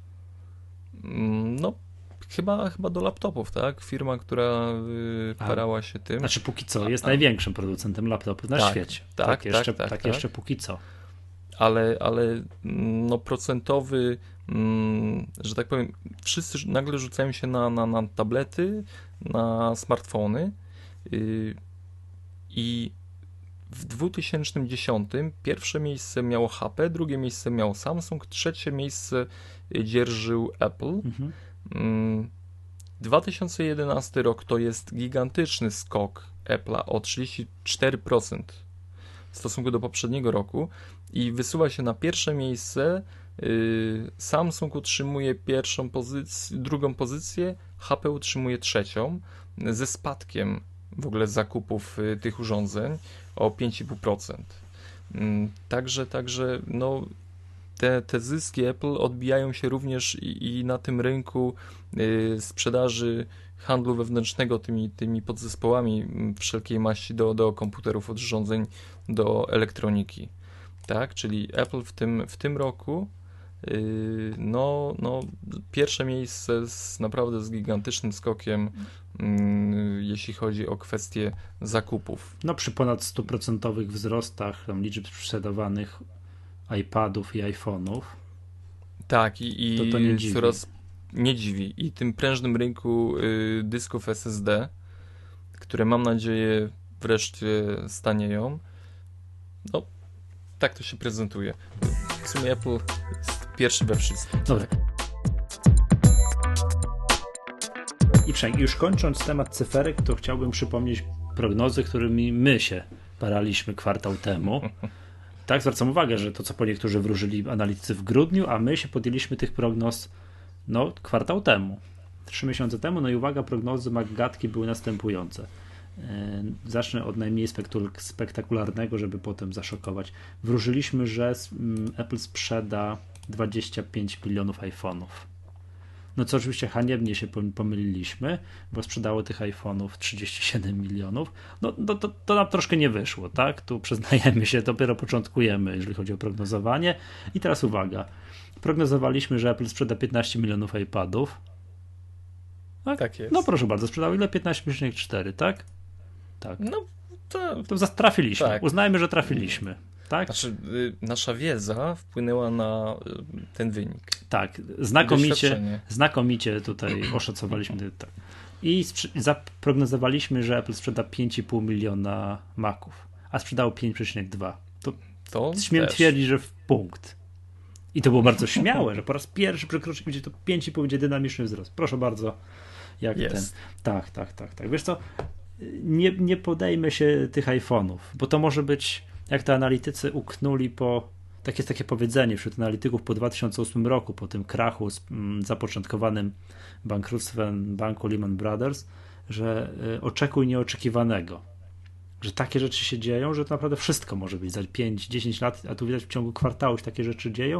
No, chyba, chyba do laptopów, tak? Firma, która y, parała się tym. Znaczy póki co jest a, największym producentem laptopów na tak, świecie. Tak, tak, tak, jeszcze, tak, tak tak jeszcze póki co. Ale, ale no procentowy, mm, że tak powiem, wszyscy nagle rzucają się na, na, na tablety, na smartfony yy, i w dwa tysiące dziesiątym pierwsze miejsce miało H P, drugie miejsce miało Samsung, trzecie miejsce dzierżył Apple. Mhm. Yy, dwa tysiące jedenasty rok to jest gigantyczny skok Apple'a o trzydzieści cztery procent w stosunku do poprzedniego roku i wysuwa się na pierwsze miejsce. Yy, Samsung utrzymuje pierwszą pozycję, drugą pozycję, H P utrzymuje trzecią, ze spadkiem w ogóle zakupów y, tych urządzeń o pięć i pół procent. Yy, także, także no, te, te zyski Apple odbijają się również i, i na tym rynku y, sprzedaży handlu wewnętrznego tymi, tymi podzespołami wszelkiej maści do, do komputerów, od urządzeń do elektroniki. Tak, czyli Apple w tym, w tym roku yy, no, no, pierwsze miejsce z naprawdę z gigantycznym skokiem, yy, jeśli chodzi o kwestie zakupów. No przy ponad stuprocentowych wzrostach tam liczb sprzedawanych iPadów i iPhone'ów. Tak, i, i to, to nie dziwi. coraz nie dziwi. I tym prężnym rynku yy, dysków S S D, które mam nadzieję wreszcie stanieją, no tak to się prezentuje. W sumie Apple jest pierwszy we wszystkim. Dobra. I przynajmniej już kończąc temat cyferek, to chciałbym przypomnieć prognozy, którymi my się paraliśmy kwartał temu. Tak, zwracam uwagę, że to, co po niektórzy wróżyli analitycy w grudniu, a my się podjęliśmy tych prognoz no, kwartał temu, trzy miesiące temu. No i uwaga, prognozy McGatki były następujące. Zacznę od najmniej spektakularnego, żeby potem zaszokować. Wróżyliśmy, że Apple sprzeda dwadzieścia pięć milionów iPhone'ów. No co oczywiście haniebnie się pomyliliśmy, bo sprzedało tych iPhone'ów trzydzieści siedem milionów. No to, to, to nam troszkę nie wyszło, tak? Tu przyznajemy się, dopiero początkujemy, jeżeli chodzi o prognozowanie. I teraz uwaga. Prognozowaliśmy, że Apple sprzeda piętnaście milionów iPadów. Tak, tak jest. No proszę bardzo, sprzedało ile? piętnaście przecinek cztery, tak? Tak. No to, to trafiliśmy. Tak. Uznajmy, że trafiliśmy. Tak? Znaczy, y, nasza wiedza wpłynęła na y, ten wynik. Tak, znakomicie, znakomicie tutaj oszacowaliśmy. Tak. I sprze- zaprognozowaliśmy, że Apple sprzeda pięć i pół miliona Maców, a sprzedało pięć przecinek dwa. To, to śmiem też. twierdzić, że w punkt. I to było bardzo śmiałe, że po raz pierwszy przekroczy, będzie to pięć i pół, będzie dynamiczny wzrost. Proszę bardzo, jak Jest. ten. Tak, tak, tak, tak. Wiesz co, nie, nie podejmę się tych iPhone'ów, bo to może być, jak to analitycy uknuli po, tak jest takie powiedzenie wśród analityków po dwa tysiące ósmym roku, po tym krachu z, m, zapoczątkowanym bankructwem banku Lehman Brothers, że y, oczekuj nieoczekiwanego. Że takie rzeczy się dzieją, że to naprawdę wszystko może być za pięć dziesięć lat, a tu widać w ciągu kwartału się takie rzeczy dzieją.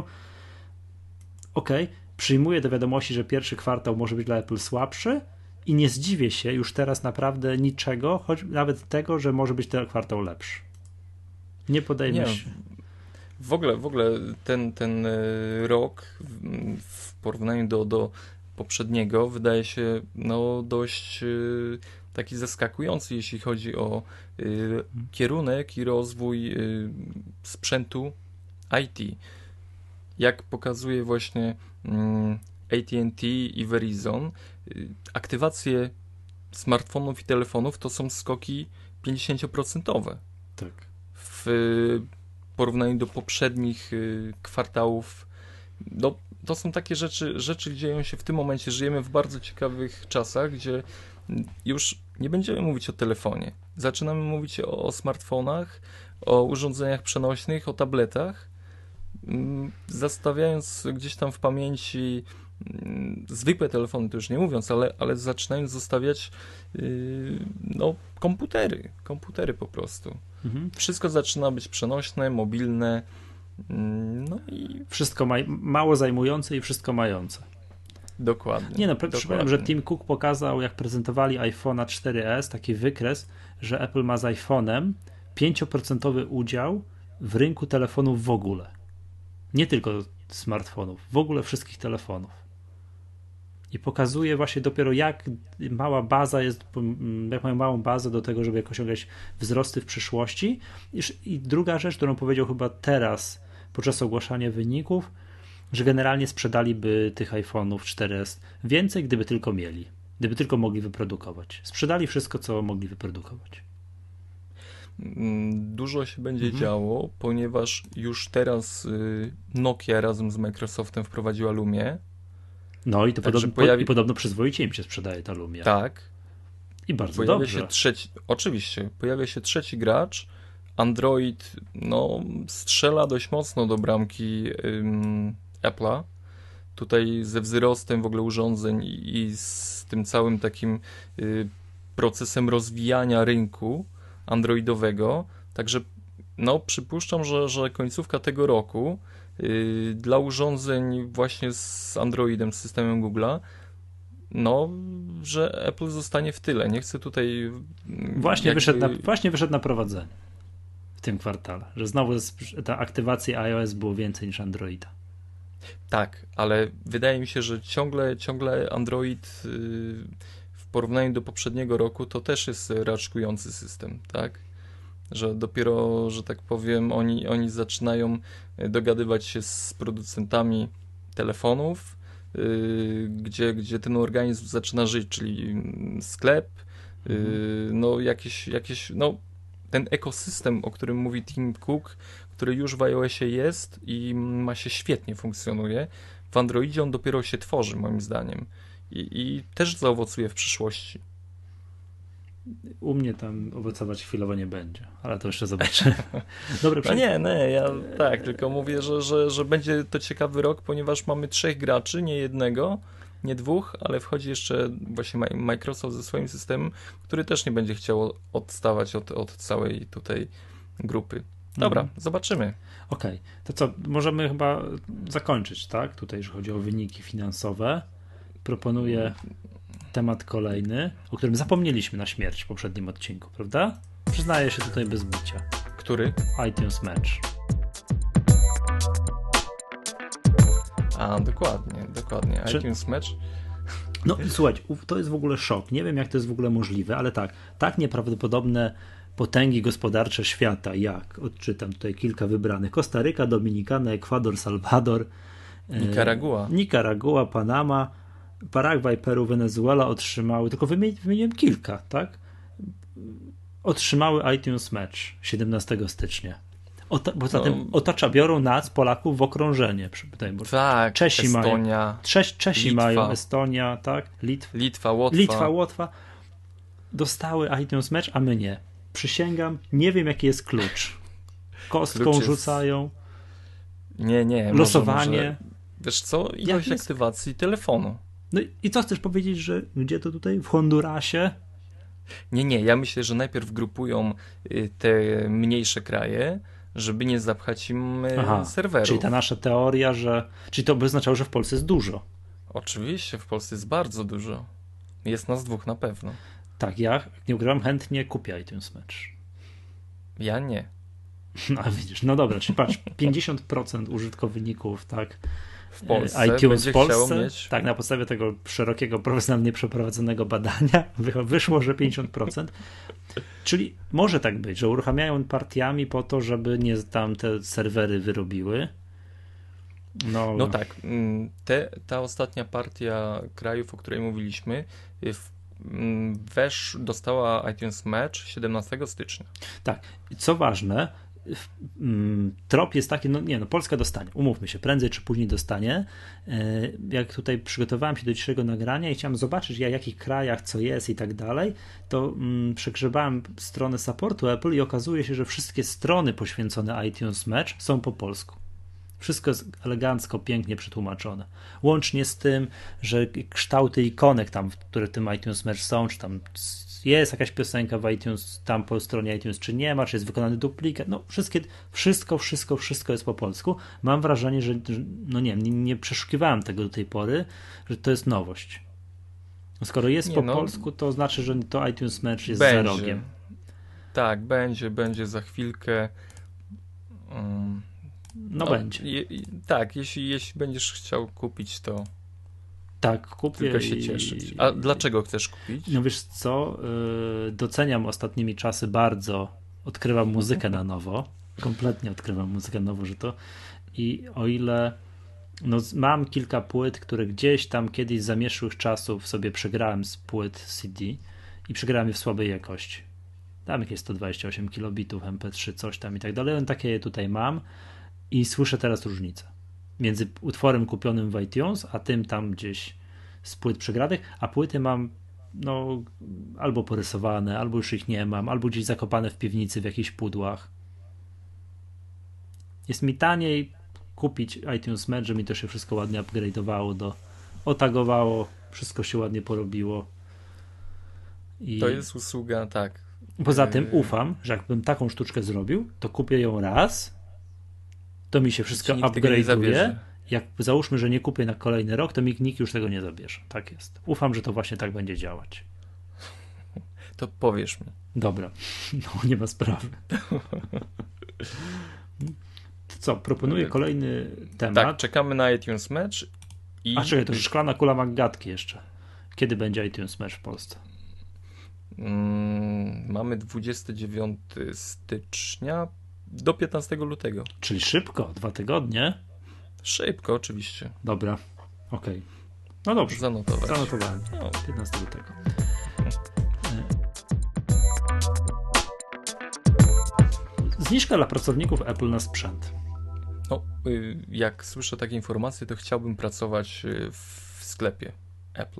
Okej, okay, przyjmuję do wiadomości, że pierwszy kwartał może być dla Apple słabszy i nie zdziwię się już teraz naprawdę niczego, choć nawet tego, że może być ten kwartał lepszy. Nie podejmę nie, się. W ogóle, w ogóle ten, ten rok w porównaniu do, do poprzedniego wydaje się no dość y, taki zaskakujący, jeśli chodzi o y, kierunek i rozwój y, sprzętu I T. Jak pokazuje właśnie y, A T and T i Verizon, y, aktywacje smartfonów i telefonów to są skoki pięćdziesięcioprocentowe. Tak. W porównaniu do poprzednich y, kwartałów. No, to są takie rzeczy, rzeczy dzieją się w tym momencie. Żyjemy w bardzo ciekawych czasach, gdzie już nie będziemy mówić o telefonie. Zaczynamy mówić o, o smartfonach, o urządzeniach przenośnych, o tabletach, zostawiając gdzieś tam w pamięci zwykłe telefony, to już nie mówiąc, ale, ale zaczynając zostawiać yy, no, komputery, komputery po prostu. Mhm. Wszystko zaczyna być przenośne, mobilne, yy, no i... Wszystko ma, mało zajmujące i wszystko mające. Dokładnie. Nie no, przypomnę, że Tim Cook pokazał, jak prezentowali iPhone'a cztery S, taki wykres, że Apple ma z iPhone'em pięć procent udział w rynku telefonów w ogóle. Nie tylko smartfonów, w ogóle wszystkich telefonów. I pokazuje właśnie dopiero, jak mała baza jest, jak mają małą bazę do tego, żeby osiągać wzrosty w przyszłości. I druga rzecz, którą powiedział chyba teraz podczas ogłaszania wyników, że generalnie sprzedaliby tych iPhone'ów cztery S więcej, gdyby tylko mieli, gdyby tylko mogli wyprodukować. Sprzedali wszystko, co mogli wyprodukować. Dużo się będzie mhm. działo, ponieważ już teraz Nokia razem z Microsoftem wprowadziła Lumię. No i to podobno, pojawi... i podobno przyzwoicie im się sprzedaje ta Lumia. Tak. I bardzo pojawia dobrze. Się trzeci... Oczywiście, pojawia się trzeci gracz. Android no, strzela dość mocno do bramki ym, Apple'a. Tutaj ze wzrostem w ogóle urządzeń i, i z tym całym takim y, procesem rozwijania rynku androidowego. Także No, przypuszczam, że, że końcówka tego roku yy, dla urządzeń właśnie z Androidem, z systemem Google'a, no, że Apple zostanie w tyle. Nie chcę tutaj mm, Właśnie, jakby... wyszedł na, właśnie wyszedł na prowadzenie w tym kwartale, że znowu jest, ta aktywacja iOS było więcej niż Androida. Tak, ale wydaje mi się, że ciągle, ciągle Android yy, w porównaniu do poprzedniego roku to też jest raczkujący system, tak? Że dopiero, że tak powiem, oni, oni zaczynają dogadywać się z producentami telefonów, yy, gdzie, gdzie ten organizm zaczyna żyć, czyli sklep, yy, Mhm. no jakieś, jakieś, no ten ekosystem, o którym mówi Tim Cook, który już w iOSie jest i ma się świetnie funkcjonuje, w Androidzie on dopiero się tworzy, moim zdaniem. I, i też zaowocuje w przyszłości. U mnie tam owocować chwilowo nie będzie, ale to jeszcze zobaczę. Dobra, No nie, nie, ja tak, tylko mówię, że, że, że będzie to ciekawy rok, ponieważ mamy trzech graczy, nie jednego, nie dwóch, ale wchodzi jeszcze właśnie Microsoft ze swoim systemem, który też nie będzie chciał odstawać od, od całej tutaj grupy. Dobra, mhm. Zobaczymy. Okej, okay. To co, możemy chyba zakończyć, tak? Tutaj, jeżeli chodzi o wyniki finansowe. Proponuję temat kolejny, o którym zapomnieliśmy na śmierć w poprzednim odcinku, prawda? Przyznaję się tutaj bez bicia. Który? iTunes Match. A, dokładnie, dokładnie. Czy... iTunes Match. No słuchajcie, to jest w ogóle szok. Nie wiem, jak to jest w ogóle możliwe, ale tak, tak nieprawdopodobne potęgi gospodarcze świata, jak odczytam tutaj kilka wybranych: Kostaryka, Dominikana, Ekwador, Salwador, Nikaragua, e, Nikaragua, Panama, Paragwaj, Peru, Wenezuela otrzymały, tylko wymieniłem, wymieniłem kilka, tak? Otrzymały iTunes Match siedemnastego stycznia. Ota, bo zatem no, otacza, biorą nas, Polaków, w okrążenie. Bo tak, Czesi Estonia, mają, Czesi, Czesi Litwa, mają, Estonia, tak? Litw, Litwa, Łotwa. Litwa, Łotwa. Dostały iTunes Match, a my nie. Przysięgam, nie wiem, jaki jest klucz. Kostką klucz jest... rzucają. Nie, nie. Losowanie. Może, może... Wiesz co? Ilość jest... aktywacji telefonu. No i co chcesz powiedzieć, że gdzie to tutaj? W Hondurasie? Nie, nie. Ja myślę, że najpierw grupują te mniejsze kraje, żeby nie zapchać im Aha, serwerów. Czyli ta nasza teoria, że... Czyli to by oznaczało, że w Polsce jest dużo. Oczywiście, w Polsce jest bardzo dużo. Jest nas dwóch na pewno. Tak, ja nie ukrywam, chętnie kupię iTunes Match. Ja nie. No widzisz, no dobra, czyli patrz, pięćdziesiąt procent użytkowników, tak, w Polsce, iTunes w Polsce, mieć... tak, na podstawie tego szerokiego, profesjonalnie przeprowadzonego badania wyszło, że pięćdziesiąt procent. Czyli może tak być, że uruchamiają partiami po to, żeby nie tam te serwery wyrobiły. No, no tak, te, ta ostatnia partia krajów, o której mówiliśmy, w wesz dostała iTunes Match siedemnastego stycznia. Tak, co ważne, trop jest taki, no nie no, Polska dostanie, umówmy się, prędzej czy później dostanie. Jak tutaj przygotowałem się do dzisiejszego nagrania i chciałem zobaczyć, ja w jakich krajach co jest i tak dalej, to mm, przegrzebałem stronę supportu Apple i okazuje się, że wszystkie strony poświęcone iTunes Match są po polsku. Wszystko jest elegancko, pięknie przetłumaczone. Łącznie z tym, że kształty ikonek tam, które w tym iTunes Match są, czy tam jest jakaś piosenka w iTunes, tam po stronie iTunes, czy nie ma, czy jest wykonany duplikat. No wszystkie, wszystko, wszystko, wszystko jest po polsku. Mam wrażenie, że, no nie wiem, nie, nie przeszukiwałem tego do tej pory, że to jest nowość. Skoro jest nie, po no, polsku, to znaczy, że to iTunes Match jest będzie. za rogiem. Tak, będzie, będzie za chwilkę. Um, no, no będzie. Je, tak, jeśli, jeśli będziesz chciał kupić, to tak, kupię. Tylko się cieszyć. A dlaczego chcesz kupić? No wiesz co, yy, doceniam ostatnimi czasy bardzo, odkrywam muzykę na nowo, kompletnie odkrywam muzykę na nowo, że to i o ile no, mam kilka płyt, które gdzieś tam kiedyś z zamierzchłych czasów sobie przegrałem z płyt C D i przegrałem je w słabej jakości. Tam jakieś sto dwadzieścia osiem kilobitów, M P trzy, coś tam i tak dalej, takie je tutaj mam i słyszę teraz różnicę między utworem kupionym w iTunes, a tym tam gdzieś z płyt przegranych, a płyty mam no albo porysowane, albo już ich nie mam, albo gdzieś zakopane w piwnicy w jakichś pudłach. Jest mi taniej kupić iTunes Match, że mi to się wszystko ładnie upgrade'owało, do, otagowało, wszystko się ładnie porobiło. I... To jest usługa, tak. Poza tym ufam, że jakbym taką sztuczkę zrobił, to kupię ją raz, to mi się wszystko upgrade'uje. Jak załóżmy, że nie kupię na kolejny rok, to mi nikt już tego nie zabierze. Tak jest. Ufam, że to właśnie tak będzie działać. To powiesz mi. Dobra. No, nie ma sprawy. To co, proponuję kolejny temat. Tak, czekamy na iTunes Match. I... A czekaj, to szklana kula Maggatki jeszcze. Kiedy będzie iTunes Match w Polsce? Mm, mamy dwudziestego dziewiątego stycznia do piętnastego lutego. Czyli szybko, dwa tygodnie. Szybko, oczywiście. Dobra, okej. Okay. No dobrze. Zanotować. Zanotowałem. No, piętnastego lutego. Zniżka dla pracowników Apple na sprzęt. No, jak słyszę takie informacje, to chciałbym pracować w sklepie Apple.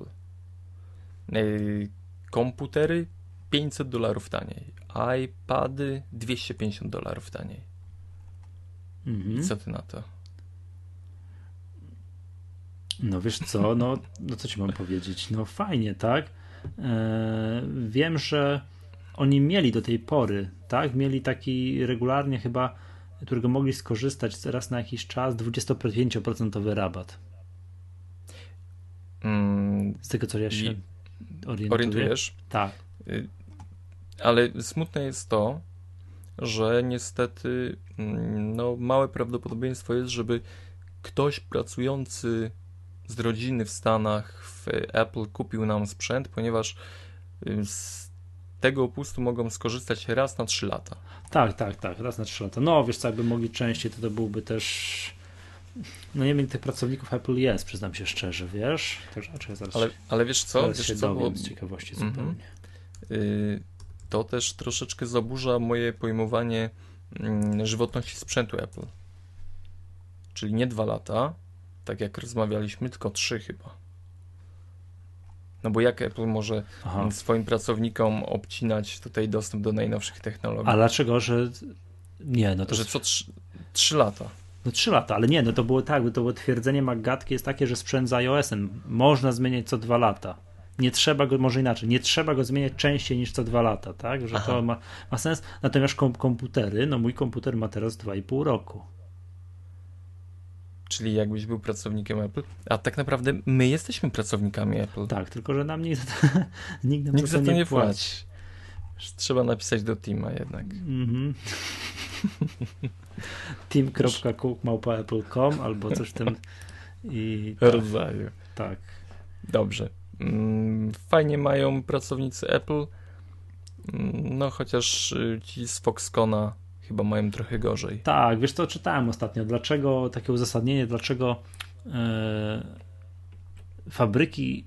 Komputery pięćset dolarów taniej, iPady dwieście pięćdziesiąt dolarów taniej. Mhm. Co ty na to? No wiesz co, no, no co ci mam powiedzieć? No fajnie, tak? Eee, wiem, że oni mieli do tej pory, tak? Mieli taki regularnie chyba, którego mogli skorzystać raz na jakiś czas, dwudziestopięć procent rabat. Mm, Z tego, co ja się orientuję. Orientujesz? Tak. Ale smutne jest to, że niestety no, małe prawdopodobieństwo jest, żeby ktoś pracujący z rodziny w Stanach w Apple kupił nam sprzęt, ponieważ z tego opustu mogą skorzystać raz na trzy lata. Tak, tak, tak, raz na trzy lata. No wiesz co, jakby mogli częściej, to to byłby też... No nie wiem, tych pracowników Apple jest, przyznam się szczerze, wiesz? Też, a zaraz, ale, ale wiesz co? Teraz wiesz się co? dowiem Bo... z ciekawości zupełnie. Mm-hmm. Y- to też troszeczkę zaburza moje pojmowanie y- żywotności sprzętu Apple. Czyli nie dwa lata, tak jak rozmawialiśmy, tylko trzy chyba. No bo jak Apple może Aha. swoim pracownikom obcinać tutaj dostęp do najnowszych technologii? A dlaczego, że nie, no to... Że co trzy, trzy lata. No trzy lata, ale nie, no to było tak, to było twierdzenie Maggatki jest takie, że sprzęt z iOS-em można zmieniać co dwa lata. Nie trzeba go, może inaczej, nie trzeba go zmieniać częściej niż co dwa lata, tak? Że Aha. to ma, ma sens. Natomiast kom- komputery, no mój komputer ma teraz dwa i pół roku. Czyli jakbyś był pracownikiem Apple, a tak naprawdę my jesteśmy pracownikami Apple. Tak, tylko że nam nikt, nikt nam nikt za to nie, nie płaci. płaci. Trzeba napisać do Tima jednak. Mm-hmm. team kropka cook małpa apple kropka com albo coś w tym i tak. rodzaju. Tak. Dobrze. Fajnie mają pracownicy Apple, no chociaż ci z Foxconna chyba mają trochę gorzej. Tak, wiesz co, czytałem ostatnio, dlaczego, takie uzasadnienie, dlaczego e, fabryki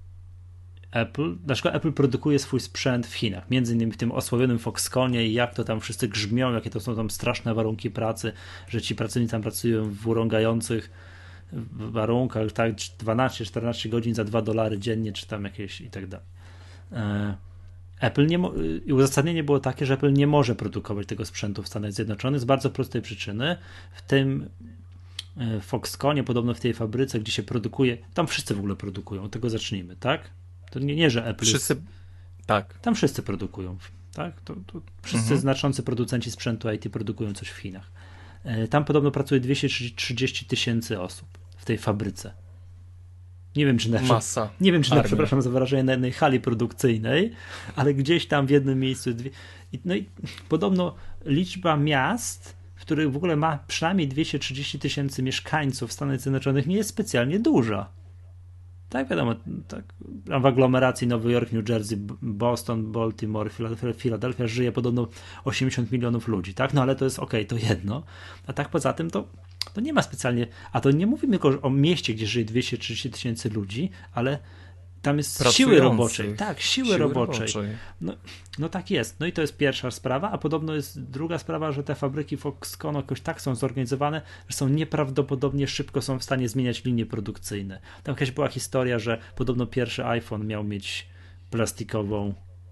Apple, dlaczego Apple produkuje swój sprzęt w Chinach, między innymi w tym osławionym Foxconnie i jak to tam wszyscy grzmią, jakie to są tam straszne warunki pracy, że ci pracownicy tam pracują w urągających warunkach, tak, dwanaście czternaście godzin za dwa dolary dziennie, czy tam jakieś i tak dalej. Apple nie mo- i uzasadnienie było takie, że Apple nie może produkować tego sprzętu w Stanach Zjednoczonych z bardzo prostej przyczyny. W tym Foxconnie, podobno w tej fabryce, gdzie się produkuje, tam wszyscy w ogóle produkują, od tego zacznijmy, tak? To nie, nie że Apple wszyscy, jest, tak. Tam wszyscy produkują, tak? To, to wszyscy mhm. znaczący producenci sprzętu I T produkują coś w Chinach. Tam podobno pracuje dwieście trzydzieści tysięcy osób w tej fabryce. Nie wiem, czy na, Masa. Nie wiem, czy na, przepraszam za wyrażenie, na jednej hali produkcyjnej, ale gdzieś tam w jednym miejscu. Dwie... No i podobno liczba miast, w których w ogóle ma przynajmniej dwieście trzydzieści tysięcy mieszkańców w Stanach Zjednoczonych, nie jest specjalnie duża. Tak, wiadomo, tak, w aglomeracji Nowy Jork, New Jersey, Boston, Baltimore, Philadelphia żyje podobno osiemdziesiąt milionów ludzi, tak? No ale to jest okej, okay, to jedno. A tak poza tym to, to nie ma specjalnie, a to nie mówimy tylko o mieście, gdzie żyje dwieście trzydzieści tysięcy ludzi, ale tam jest siły roboczej. Tak, siły, siły roboczej. roboczej. No, no tak jest. No i to jest pierwsza sprawa, a podobno jest druga sprawa, że te fabryki Foxconn jakoś tak są zorganizowane, że są nieprawdopodobnie szybko są w stanie zmieniać linie produkcyjne. Tam jakaś była historia, że podobno pierwszy iPhone miał mieć plastikową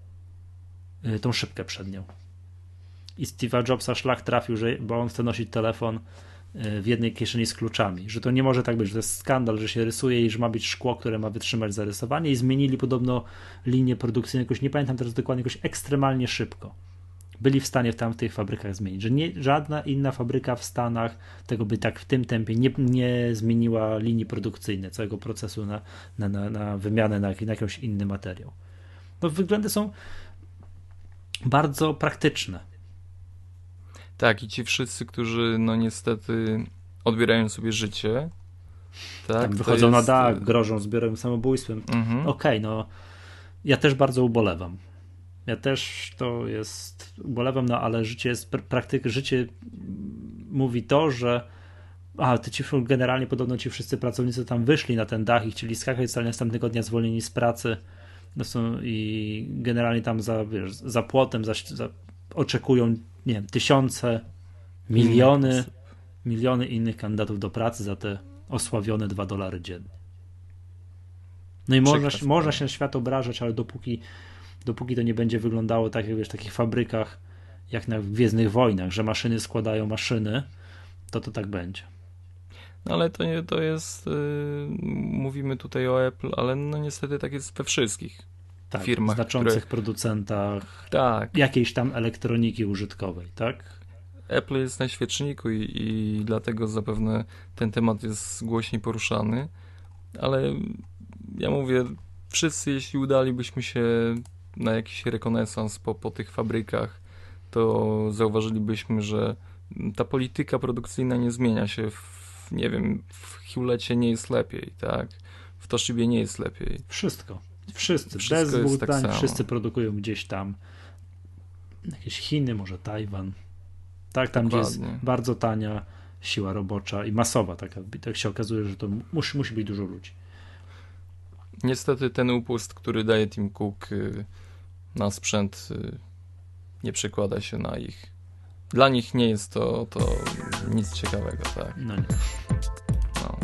yy, tą szybkę przednią. I Steve'a Jobsa szlak trafił, że, bo on chce nosić telefon w jednej kieszeni z kluczami, że to nie może tak być, że to jest skandal, że się rysuje i że ma być szkło, które ma wytrzymać zarysowanie i zmienili podobno linię produkcyjną, jakoś nie pamiętam teraz dokładnie, jakoś ekstremalnie szybko. Byli w stanie tam w tych fabrykach zmienić, że nie, żadna inna fabryka w Stanach tego by tak w tym tempie nie, nie zmieniła linii produkcyjnej, całego procesu na, na, na, na wymianę na, na jakiś inny materiał. No wyglądy są bardzo praktyczne. Tak, i ci wszyscy, którzy no niestety odbierają sobie życie, tak, tam wychodzą jest... na dach, grożą zbiorowym samobójstwem. Mhm. Okej, okay, no ja też bardzo ubolewam. Ja też to jest, ubolewam, no ale życie jest praktyka, życie mówi to, że a, to ci generalnie podobno ci wszyscy pracownicy tam wyszli na ten dach i chcieli skakać, zostali następnego dnia zwolnieni z pracy, no są i generalnie tam za, wiesz, za płotem za, za, oczekują, nie wiem, tysiące, miliony, miliony innych kandydatów do pracy za te osławione dwa dolary dziennie. No i można, można się na świat obrażać, ale dopóki dopóki to nie będzie wyglądało tak jak wiesz, w takich fabrykach jak na Gwiezdnych Wojnach, że maszyny składają maszyny, to to tak będzie. No ale to nie, to jest, yy, mówimy tutaj o Apple, ale no niestety tak jest we wszystkich tak, firmach. Znaczących które... producentach tak. jakiejś tam elektroniki użytkowej, tak? Apple jest na świeczniku i, i dlatego zapewne ten temat jest głośniej poruszany, ale ja mówię, wszyscy jeśli udalibyśmy się na jakiś rekonesans po, po tych fabrykach, to zauważylibyśmy, że ta polityka produkcyjna nie zmienia się. W, nie wiem, w Hewletcie nie jest lepiej, tak? W Toshibie nie jest lepiej. Wszystko. Wszyscy. Wszystko bez dwóch tak zdań, wszyscy produkują gdzieś tam. Jakieś Chiny, może Tajwan. Tak, tam Dokładnie. Gdzie jest bardzo tania siła robocza i masowa. Taka, tak się okazuje, że to musi, musi być dużo ludzi. Niestety ten upust, który daje Tim Cook na sprzęt, nie przekłada się na ich. Dla nich nie jest to, to nic ciekawego, tak? No nie. No.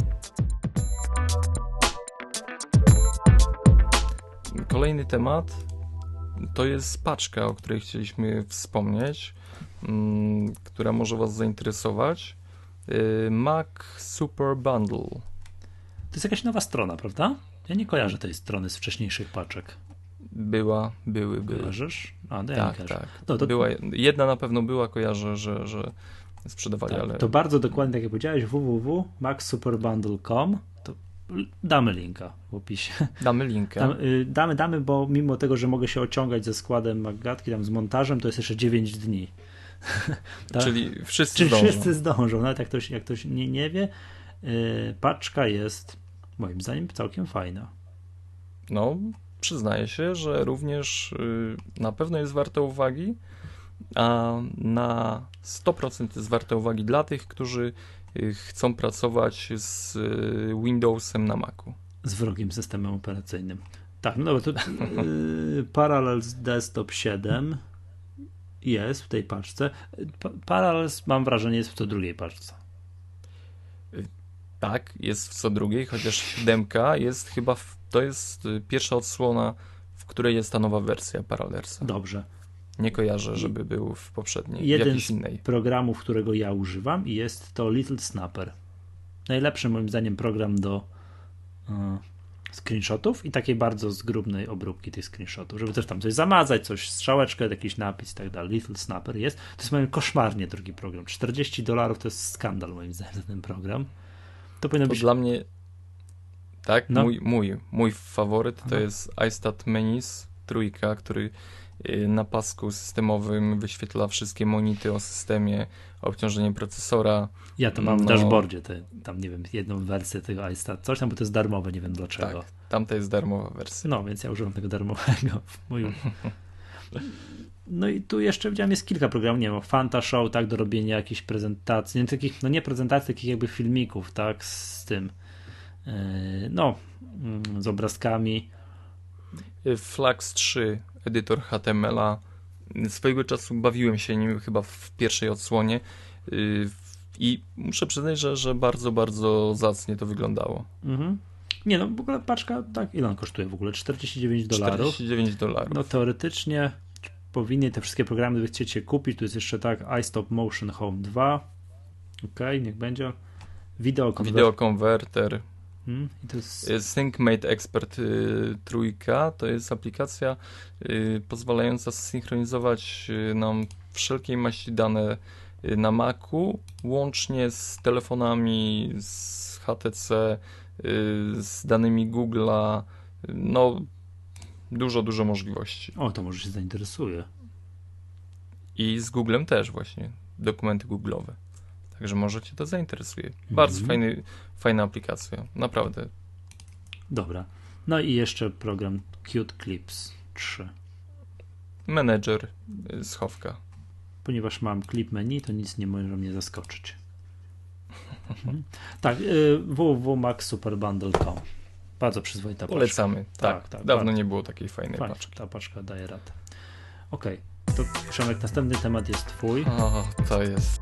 Kolejny temat to jest paczka, o której chcieliśmy wspomnieć, m, która może was zainteresować. Mac Super Bundle. To jest jakaś nowa strona, prawda? Ja nie kojarzę tej strony z wcześniejszych paczek. Była, były, były. Kojarzysz? A, no tak, ja tak. No, to... Była, jedna na pewno była, kojarzę, że, że sprzedawali, tak, ale... To bardzo dokładnie, tak jak powiedziałeś, w w w kropka mac super bundle kropka com, to damy linka w opisie. Damy linka. Tam, y, damy, damy, bo mimo tego, że mogę się ociągać ze składem Maggatki, tam z montażem, to jest jeszcze dziewięć dni. tak? Czyli wszyscy Czyli zdążą. wszyscy zdążą. Nawet jak ktoś, jak ktoś nie, nie wie, yy, paczka jest moim zdaniem całkiem fajna. No, przyznaję się, że również y, na pewno jest warta uwagi, a na sto procent jest warta uwagi dla tych, którzy y, chcą pracować z y, Windowsem na Macu. Z wrogim systemem operacyjnym. Tak, no dobra, to y, Parallels Desktop siedem jest w tej paczce. Pa- Parallels, mam wrażenie, jest w co drugiej paczce. Tak, jest w co drugiej, chociaż siódemka jest chyba, w, to jest pierwsza odsłona, w której jest ta nowa wersja Parallelsa. Dobrze. Nie kojarzę, żeby był w poprzedniej, Jeden w jakiejś innej. z programów, którego ja używam i jest to Little Snapper. Najlepszy moim zdaniem program do y, screenshotów i takiej bardzo zgrubnej obróbki tych screenshotów, żeby też tam coś zamazać, coś, strzałeczkę, jakiś napis i tak dalej. Little Snapper jest. To jest moim koszmarnie drogi program. czterdzieści dolarów to jest skandal moim zdaniem za ten program. To powinno to być... dla mnie tak, no. mój, mój, mój faworyt to Aha. jest iStat Menis trójka, który na pasku systemowym wyświetla wszystkie monity o systemie, obciążenie procesora. Ja to mam w no, dashboardzie, te, tam nie wiem, jedną wersję tego iStat, coś tam, bo to jest darmowe, nie wiem dlaczego. Tak, tamta jest darmowa wersja. No, więc ja używam tego darmowego w moim... No i tu jeszcze widziałem, jest kilka programów, nie wiem, Fanta Show, tak, do robienia jakichś prezentacji, nie, takich, no nie prezentacji, takich jakby filmików, tak, z tym, yy, no, yy, z obrazkami. Flux trzy, edytor H T M L a. Swojego czasu bawiłem się nim chyba w pierwszej odsłonie yy, i muszę przyznać, że, że bardzo, bardzo zacnie to wyglądało. Mhm. Nie no, w ogóle paczka, tak, ile on kosztuje w ogóle? czterdzieści dziewięć dolarów. czterdzieści dziewięć dolarów. No teoretycznie powinny te wszystkie programy, gdy chcecie kupić, tu jest jeszcze tak iStop Motion Home dwa, Okej, okay, niech będzie. Video konwerter. Video konwerter. Hmm, i to jest... SyncMate Expert y, trójka to jest aplikacja y, pozwalająca synchronizować y, nam wszelkiej maści dane y, na Macu, łącznie z telefonami, z H T C, y, z danymi Google'a. Y, no, dużo, dużo możliwości. O, to może się zainteresuje. I z Googlem też właśnie, dokumenty Google'owe. Także może cię to zainteresuje. Bardzo mm-hmm. fajny, fajna aplikacja, naprawdę. Dobra. No i jeszcze program Qt Clips trzy. Manager, schowka. Ponieważ mam klip menu, to nic nie może mnie zaskoczyć. Mhm. Tak, y, w w w kropka mac super bundle kropka com. Bardzo przyzwoita paczka. Polecamy. Tak, tak, tak dawno bardzo. Nie było takiej fajnej Fajnie, paczki. Ta paczka daje radę. Okej, okay. To Przemek, następny temat jest twój. O, to jest...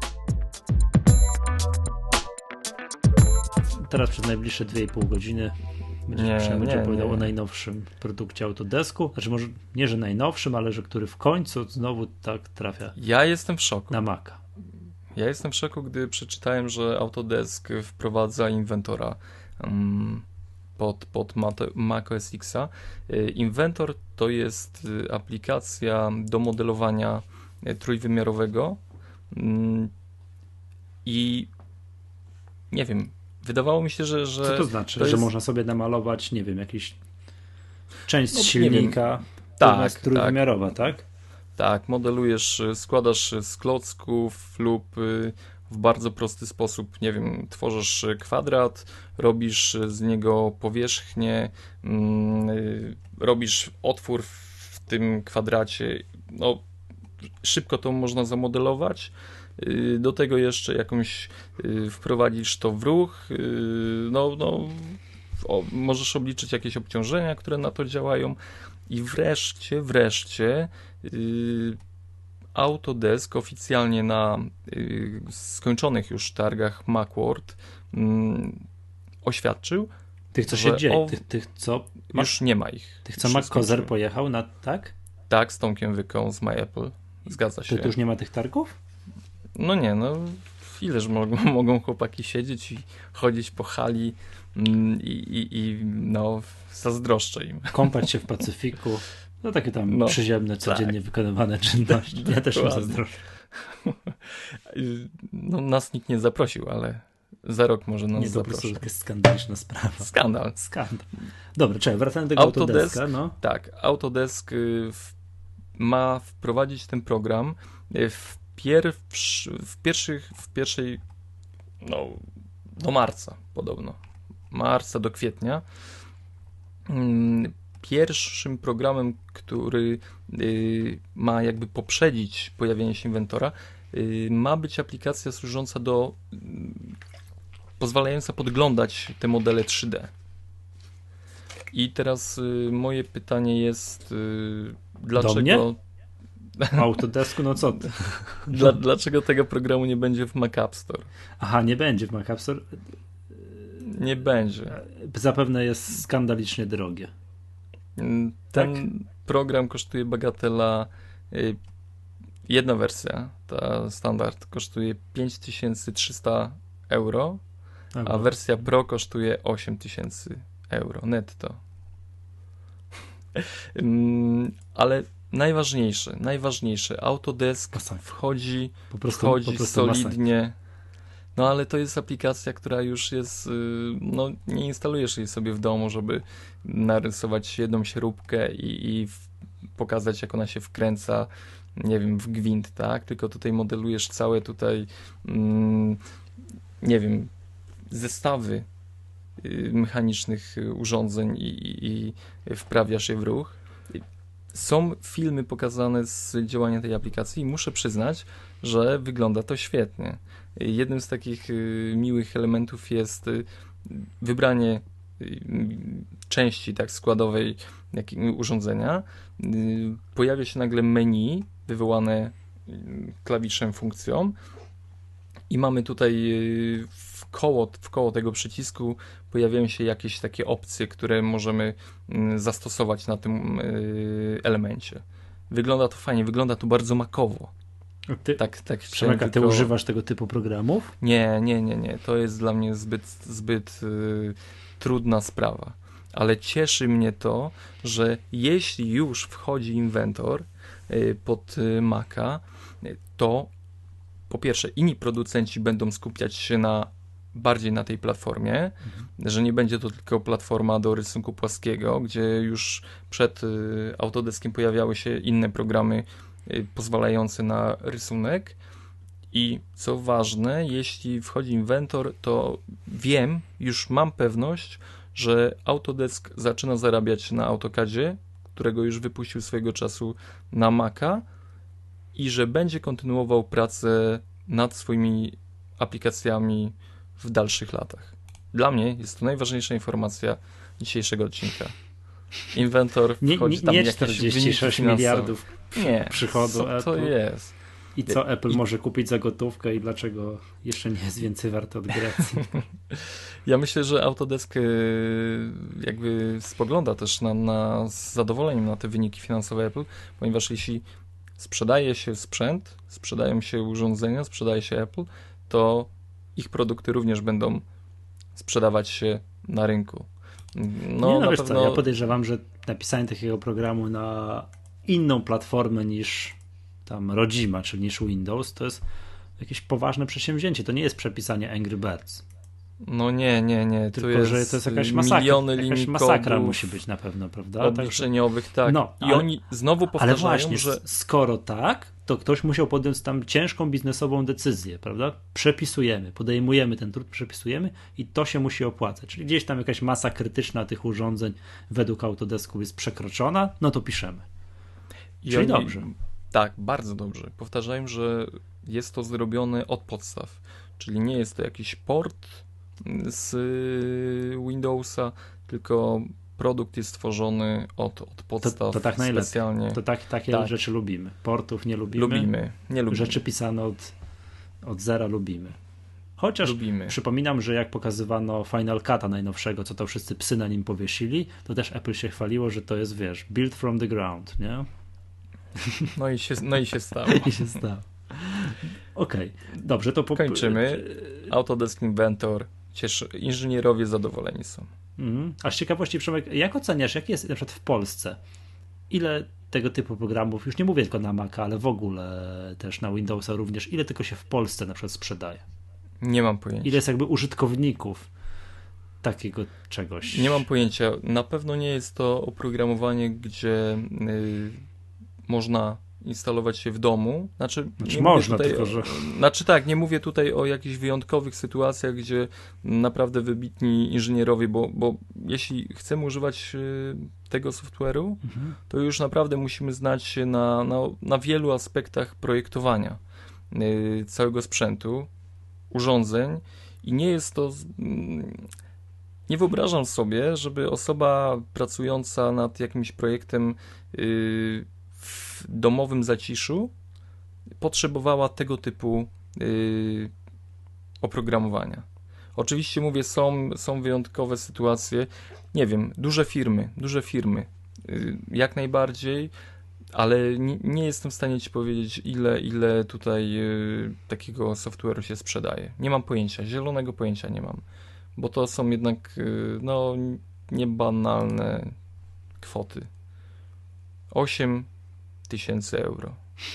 Teraz przez najbliższe dwie i pół godziny będzie Przemek opowiadał nie. o najnowszym produkcie Autodesku. Znaczy może nie, że najnowszym, ale że który w końcu znowu tak trafia. Ja jestem w szoku. Na Maca. Ja jestem w szoku, gdy przeczytałem, że Autodesk wprowadza Inventora um, pod, pod Mac O S X-a. Inventor to jest aplikacja do modelowania trójwymiarowego um, i nie wiem, wydawało mi się, że... że Co to znaczy? To że jest... można sobie namalować, nie wiem, jakiś część no, silnika tak, trójwymiarowa, tak? tak? Tak, modelujesz, składasz z klocków lub w bardzo prosty sposób, nie wiem, tworzysz kwadrat, robisz z niego powierzchnię, robisz otwór w tym kwadracie, no szybko to można zamodelować. Do tego jeszcze jakąś wprowadzisz to w ruch, no, no o, możesz obliczyć jakieś obciążenia, które na to działają i wreszcie, wreszcie yy, Autodesk oficjalnie na yy, skończonych już targach Macworld yy, oświadczył, tych co się dzieje, o, tych, tych co już nie ma ich. Tych co Mac Kozer pojechał na, tak? Tak, z Tomkiem Wyką z MyApple. Zgadza się. To, to już nie ma tych targów? No nie, no ileż mogą, mogą chłopaki siedzieć i chodzić po hali mm, i, i, i no zazdroszczę im. Kąpać się w Pacyfiku. No takie tam no, przyziemne, codziennie tak. wykonywane czynności. Ja też im zazdroszczę. No nas nikt nie zaprosił, ale za rok może nas nie, to zaproszą. Po prostu jakaś skandaliczna sprawa. Skandal. Skandal. Dobra, czekaj, wracając do tego Autodesk, Autodeska. No. Tak, Autodesk w, ma wprowadzić ten program w, pierwsz, w, pierwszych, w pierwszej no, do marca podobno. Marca do kwietnia. Pierwszym programem, który y, ma jakby poprzedzić pojawienie się Inventora, y, ma być aplikacja służąca do y, pozwalająca podglądać te modele trzy D. I teraz y, moje pytanie jest y, dlaczego... Do mnie? Autodesku, no co ty? Dla, dlaczego tego programu nie będzie w Mac App Store? Aha, nie będzie w Mac App Store? Nie będzie. Zapewne jest skandalicznie drogie. Ten tak? program kosztuje bagatela, y, jedna wersja, ta standard kosztuje pięć tysięcy trzysta euro, a wersja Pro kosztuje osiem tysięcy euro netto. Ale najważniejsze, najważniejsze, Autodesk Masakra. wchodzi, po prostu, wchodzi po prostu solidnie. masakra. No ale to jest aplikacja, która już jest, no nie instalujesz jej sobie w domu, żeby narysować jedną śrubkę i, i w, pokazać, jak ona się wkręca, nie wiem, w gwint, tak? Tylko tutaj modelujesz całe tutaj, mm, nie wiem, zestawy y, mechanicznych urządzeń i, i, i wprawiasz je w ruch. Są filmy pokazane z działania tej aplikacji i muszę przyznać, że wygląda to świetnie. Jednym z takich y, miłych elementów jest y, wybranie y, części tak składowej jak, y, urządzenia. Y, pojawia się nagle menu wywołane y, klawiszem funkcją i mamy tutaj y, w, koło, w koło tego przycisku pojawiają się jakieś takie opcje, które możemy y, zastosować na tym y, elemencie. Wygląda to fajnie, wygląda to bardzo makowo. Ty, tak, tak Przemek, a ty tylko... używasz tego typu programów? Nie, nie, nie, nie. To jest dla mnie zbyt, zbyt y, trudna sprawa. Ale cieszy mnie to, że jeśli już wchodzi Inventor y, pod y, Maca, y, to po pierwsze inni producenci będą skupiać się na bardziej na tej platformie, mhm. że nie będzie to tylko platforma do rysunku płaskiego, gdzie już przed y, Autodeskiem pojawiały się inne programy y, pozwalające na rysunek. I co ważne, jeśli wchodzi Inventor, to wiem, już mam pewność, że Autodesk zaczyna zarabiać na AutoCADzie, którego już wypuścił swojego czasu na Maca i że będzie kontynuował pracę nad swoimi aplikacjami w dalszych latach. Dla mnie jest to najważniejsza informacja dzisiejszego odcinka. Inventor wchodzi nie, tam nie jakieś czterdzieści sześć miliardów nie, przychodu co Apple. to jest? I co Apple I... może kupić za gotówkę i dlaczego jeszcze nie jest więcej warte od Grecji? Ja myślę, że Autodesk jakby spogląda też na, na, z zadowoleniem na te wyniki finansowe Apple, ponieważ jeśli sprzedaje się sprzęt, sprzedają się urządzenia, sprzedaje się Apple, to ich produkty również będą sprzedawać się na rynku. No, nie, no na wiesz pewno... co, ja podejrzewam, że napisanie takiego programu na inną platformę niż tam rodzima, czyli niż Windows, to jest jakieś poważne przedsięwzięcie. To nie jest przepisanie Angry Birds. No nie, nie, nie. Tylko, to jest, że to jest jakaś masakra. miliony Jakaś linii masakra kodów musi być na pewno, prawda? obliczeniowych, tak. No, I ale, oni znowu powtarzają, ale właśnie, że... skoro tak, to ktoś musiał podjąć tam ciężką biznesową decyzję, prawda? Przepisujemy, podejmujemy ten trud, przepisujemy i to się musi opłacać. Czyli gdzieś tam jakaś masa krytyczna tych urządzeń według Autodesku jest przekroczona, no to piszemy. I Czyli oni... dobrze. Tak, bardzo dobrze. Powtarzają, że jest to zrobione od podstaw. Czyli nie jest to jakiś port z Windowsa, tylko produkt jest tworzony od, od podstaw to, to tak specjalnie. To tak, takie tak. rzeczy lubimy. Portów nie lubimy. Lubimy, nie lubimy. Rzeczy pisane od, od zera lubimy. Chociaż lubimy. Przypominam, że jak pokazywano Final Cut'a najnowszego, co to wszyscy psy na nim powiesili, to też Apple się chwaliło, że to jest, wiesz, built from the ground, nie? No i się, no i się stało. I się stało. Okej, okay. Dobrze, to... Po... Kończymy. Autodesk Inventor. Cieszy... Inżynierowie zadowoleni są. Mm. A z ciekawości, Przemek, jak oceniasz, jak jest na przykład w Polsce? Ile tego typu programów, już nie mówię tylko na Maca, ale w ogóle też na Windowsa również, ile tylko się w Polsce na przykład sprzedaje? Nie mam pojęcia. Ile jest jakby użytkowników takiego czegoś? Nie mam pojęcia. Na pewno nie jest to oprogramowanie, gdzie yy, można instalować się w domu. Znaczy, znaczy nie można, tutaj, tylko że... Znaczy tak, nie mówię tutaj o jakichś wyjątkowych sytuacjach, gdzie naprawdę wybitni inżynierowie, bo, bo jeśli chcemy używać y, tego software'u, mhm. to już naprawdę musimy znać się na, na, na wielu aspektach projektowania y, całego sprzętu, urządzeń i nie jest to... Y, nie wyobrażam sobie, żeby osoba pracująca nad jakimś projektem y, w domowym zaciszu potrzebowała tego typu yy, oprogramowania. Oczywiście mówię, są, są wyjątkowe sytuacje, nie wiem, duże firmy, duże firmy, yy, jak najbardziej, ale nie, nie jestem w stanie ci powiedzieć, ile, ile tutaj yy, takiego software'u się sprzedaje. Nie mam pojęcia, zielonego pojęcia nie mam, bo to są jednak yy, no, niebanalne kwoty. osiem tysięcy euro.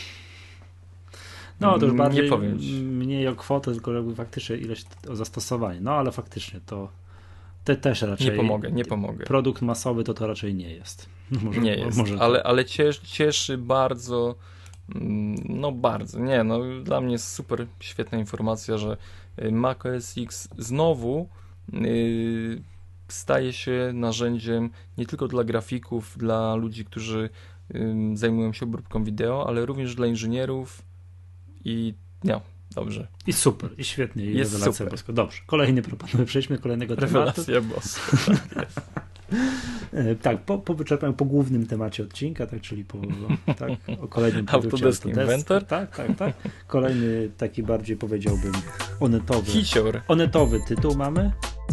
No to już bardziej nie powiem mniej o kwotę, tylko jakby faktycznie ileś o zastosowanie. No ale faktycznie to te też raczej... Nie pomogę, nie pomogę. Produkt masowy to to raczej nie jest. Może, nie jest, może ale, ale cieszy, cieszy bardzo, no bardzo, nie, no dla mnie jest super świetna informacja, że Mac O S X znowu yy, staje się narzędziem nie tylko dla grafików, dla ludzi, którzy zajmują się obróbką wideo, ale również dla inżynierów i no, dobrze. I super, i świetnie, i jest rewelacja boska. Dobrze, kolejny proponuję, przejdźmy do kolejnego rewelacja tematu. Rewelacja boska. tak, po, po wyczerpaniu, po głównym temacie odcinka, tak, czyli po tak, o kolejnym Autodesk Inventor. Tak, tak, tak. Kolejny taki bardziej powiedziałbym onetowy. Hicior. Onetowy tytuł mamy.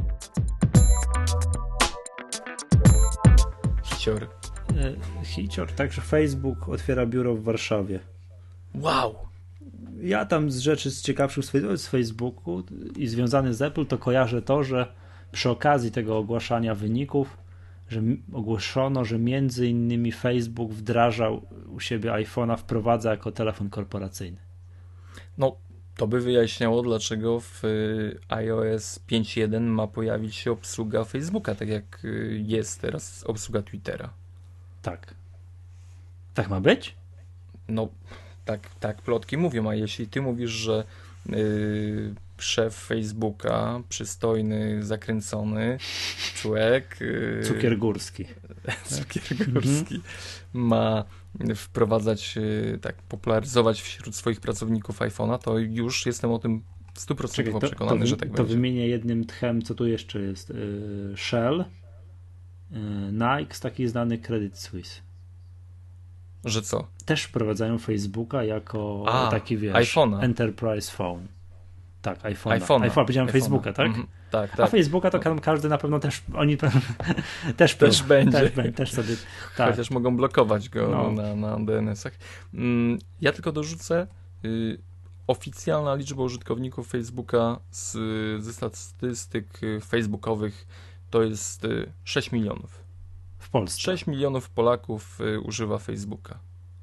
Hicior. Hicior, także Facebook otwiera biuro w Warszawie. Wow! ja tam z rzeczy z ciekawszych z Facebooku i związanych z Apple to kojarzę to, że przy okazji tego ogłaszania wyników, że ogłoszono, że między innymi Facebook wdrażał u siebie iPhone'a, wprowadza jako telefon korporacyjny. No, to by wyjaśniało, dlaczego w iOS pięć jeden ma pojawić się obsługa Facebooka, tak jak jest teraz obsługa Twittera. Tak. Tak ma być? No, tak, tak plotki mówią, a jeśli ty mówisz, że yy, szef Facebooka, przystojny, zakręcony człowiek... Yy, cukier górski. cukier górski mhm. ma wprowadzać, yy, tak, popularyzować wśród swoich pracowników iPhone'a, to już jestem o tym stu procentach przekonany, to, że tak to będzie. To wymienię jednym tchem, co tu jeszcze jest. Yy, Shell, yy, Nike, taki znany Credit Suisse. Że co? Też wprowadzają Facebooka jako A, taki, wiesz, iPhone'a. Enterprise Phone. Tak, iPhone'a. iPhone'a. iPhone, powiedziałem iPhone'a. Facebooka, tak? Mm-hmm. Tak, tak. A Facebooka to no. każdy na pewno też, oni też, też będzie. Też, też sobie, tak. Chociaż mogą blokować go no. na, na D N S-ach. Mm, ja tylko dorzucę, y, oficjalna liczba użytkowników Facebooka z, ze statystyk facebookowych to jest y, sześć milionów. W Polsce. sześć milionów Polaków y, używa Facebooka.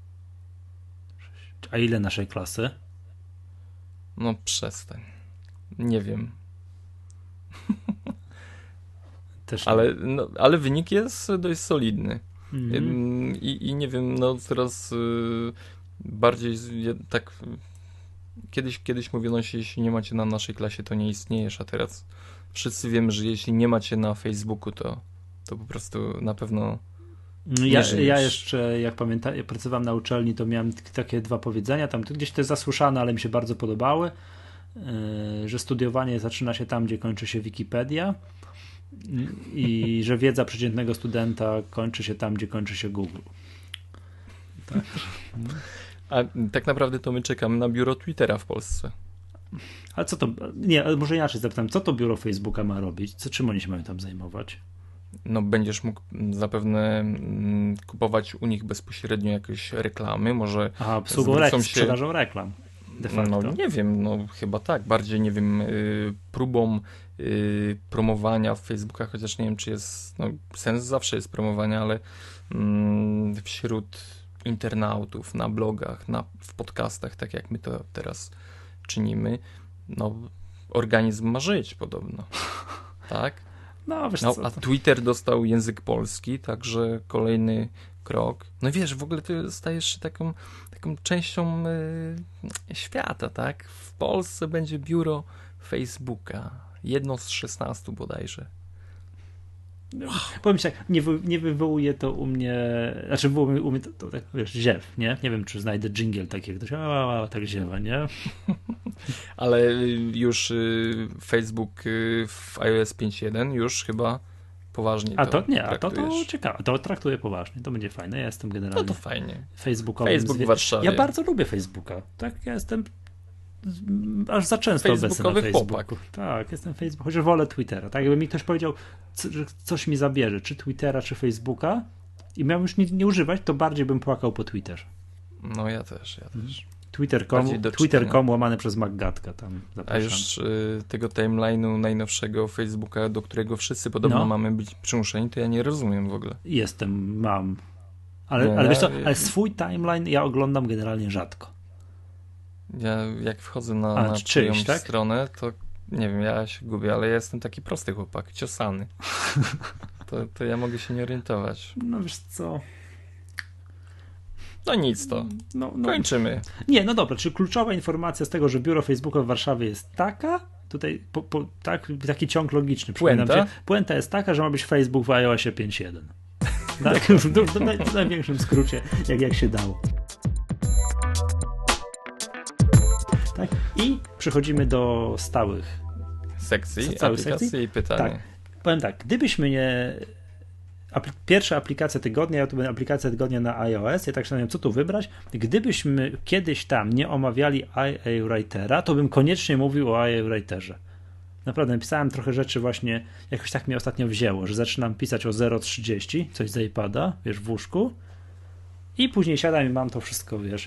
A ile naszej klasy? No przestań. Nie wiem. Też ale, no, ale wynik jest dość solidny. Mm-hmm. I, I nie wiem, no teraz y, bardziej tak kiedyś, kiedyś mówiono się, jeśli nie macie na naszej klasie, to nie istniejesz, a teraz wszyscy wiemy, że jeśli nie macie na Facebooku, to, to po prostu na pewno Ja, ja jeszcze, jak pamiętam, ja pracowałem na uczelni, to miałem takie dwa powiedzenia, tam gdzieś to jest zasłyszane, ale mi się bardzo podobały, yy, że studiowanie zaczyna się tam, gdzie kończy się Wikipedia i że wiedza przeciętnego studenta kończy się tam, gdzie kończy się Google. Tak. A tak naprawdę to my czekamy na biuro Twittera w Polsce. Ale co to, nie, może inaczej zapytam, co to biuro Facebooka ma robić? Co, czym oni się mają tam zajmować? No będziesz mógł zapewne mm, kupować u nich bezpośrednio jakieś reklamy, może Aha, obsługą rek- się... sprzedażą reklam. De facto. No nie wiem, no chyba tak, bardziej nie wiem, y, próbą y, promowania w Facebooka, chociaż nie wiem, czy jest, no sens zawsze jest promowania, ale mm, wśród internautów, na blogach, na, w podcastach, tak jak my to teraz czynimy, no organizm ma żyć podobno, tak? No, wiesz no, co, a Twitter dostał język polski, także kolejny krok. No wiesz, w ogóle ty stajesz się taką, taką częścią y, świata, tak? W Polsce będzie biuro Facebooka. Jedno z szesnastu bodajże. No, powiem ci tak, nie, wy, nie wywołuje to u mnie, znaczy wywołuje u mnie to, to tak, wiesz, ziew, nie? Nie wiem, czy znajdę dżingiel taki, ktoś a, a, tak ziewa, nie? Ale już y, Facebook y, w iOS pięć jeden już chyba poważnie a to to nie, a to, traktujesz. to ciekawe, to traktuję poważnie, to będzie fajne, ja jestem generalnie no to fajnie. Facebookowym. Facebook w Warszawie. Ja bardzo lubię Facebooka, tak? Ja jestem aż za często obecny na Facebooku. Chłopak. Tak, jestem Facebook, chociaż wolę Twittera. Tak, jakby mi ktoś powiedział, że coś mi zabierze, czy Twittera, czy Facebooka i miałem już nie, nie używać, to bardziej bym płakał po Twitterze. No ja też, ja też. Twitter kropka com, Twitter kropka com łamane przez MacGatka tam zapraszam. A już y, tego timeline'u najnowszego Facebooka, do którego wszyscy podobno no. mamy być przymuszeni, to ja nie rozumiem w ogóle. Jestem, mam. Ale, no, ale ja, wiesz co, ale swój timeline ja oglądam generalnie rzadko. Ja jak wchodzę na, A, na czyjś, twoją tak? stronę, to nie wiem, ja się gubię, ale ja jestem taki prosty chłopak, ciosany. to, to ja mogę się nie orientować. No wiesz co... No nic to. No, no. Kończymy. Nie, no dobra, czy kluczowa informacja z tego, że biuro Facebooka w Warszawie jest taka, tutaj po, po, tak, taki ciąg logiczny. Puenta? Puenta jest taka, że ma być Facebook w iOSie pięć jeden. Tak, w, w, w, w największym skrócie, jak, jak się dało. Tak, i przechodzimy do stałych sekcji, stałych aplikacji sekcji. I pytania. Tak, powiem tak, gdybyśmy nie... Apl- pierwsza aplikacja tygodnia, ja tu będę aplikacja tygodnia na iOS, ja tak się zastanawiam, co tu wybrać. Gdybyśmy kiedyś tam nie omawiali I A Writera, to bym koniecznie mówił o I A Writerze. Naprawdę napisałem trochę rzeczy właśnie, jakoś tak mnie ostatnio wzięło, że zaczynam pisać o zero trzydzieści, coś z iPada, wiesz, w łóżku i później siadam i mam to wszystko, wiesz,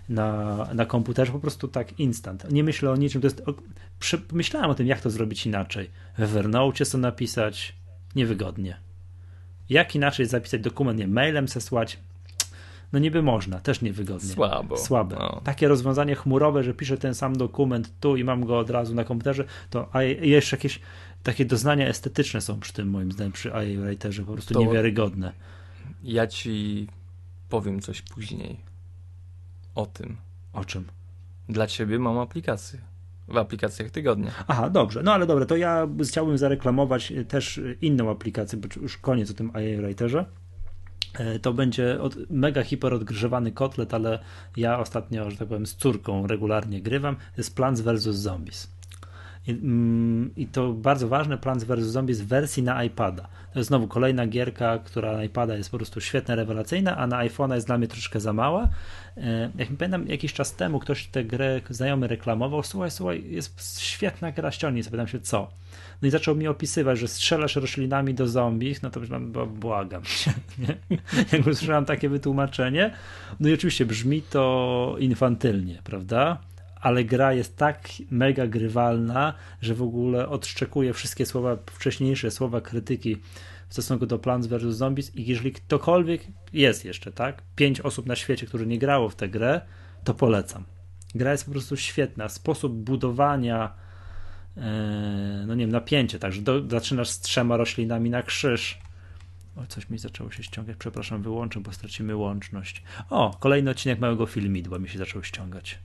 na, na komputerze, po prostu tak instant. Nie myślę o niczym. To jest, o, przy, myślałem o tym, jak to zrobić inaczej. W Evernote co napisać? Niewygodnie. Jak inaczej zapisać dokument? Nie, mailem zesłać? No niby można, też niewygodnie. Słabo. Słabe. No. Takie rozwiązanie chmurowe, że piszę ten sam dokument tu i mam go od razu na komputerze, to a jeszcze jakieś takie doznania estetyczne są przy tym, moim zdaniem, przy I A Writerze, po prostu To niewiarygodne. Ja ci powiem coś później o tym. O czym? Dla ciebie mam aplikację. W aplikacjach tygodnia. Aha, dobrze. No ale dobra, to ja chciałbym zareklamować też inną aplikację, bo już koniec o tym I A Writerze. To będzie od, mega hiper odgrzewany kotlet, ale ja ostatnio, że tak powiem, z córką regularnie grywam. To jest Plants versus. Zombies. I, mm, I to bardzo ważne, Plants versus. Zombies w wersji na iPada. To jest znowu kolejna gierka, która na iPada jest po prostu świetna, rewelacyjna, a na iPhone'a jest dla mnie troszeczkę za mała. Jak mi pamiętam, jakiś czas temu ktoś tę grę znajomy reklamował, słuchaj, słuchaj, jest świetna gra, ściągnij, zapytam się co. No i zaczął mi opisywać, że strzelasz roślinami do zombie, no to myślałem, bo błagam się, nie? Jak usłyszałem takie wytłumaczenie, no i oczywiście brzmi to infantylnie, prawda? Ale gra jest tak mega grywalna, że w ogóle odszczekuje wszystkie słowa, wcześniejsze słowa krytyki w stosunku do Plants versus. Zombies i jeżeli ktokolwiek jest jeszcze, tak, pięć osób na świecie, które nie grało w tę grę, to polecam. Gra jest po prostu świetna. Sposób budowania no nie wiem, napięcie, także do, zaczynasz z trzema roślinami na krzyż. O, coś mi zaczęło się ściągać, przepraszam, wyłączę, bo stracimy łączność. O, kolejny odcinek małego filmidła mi się zaczął ściągać.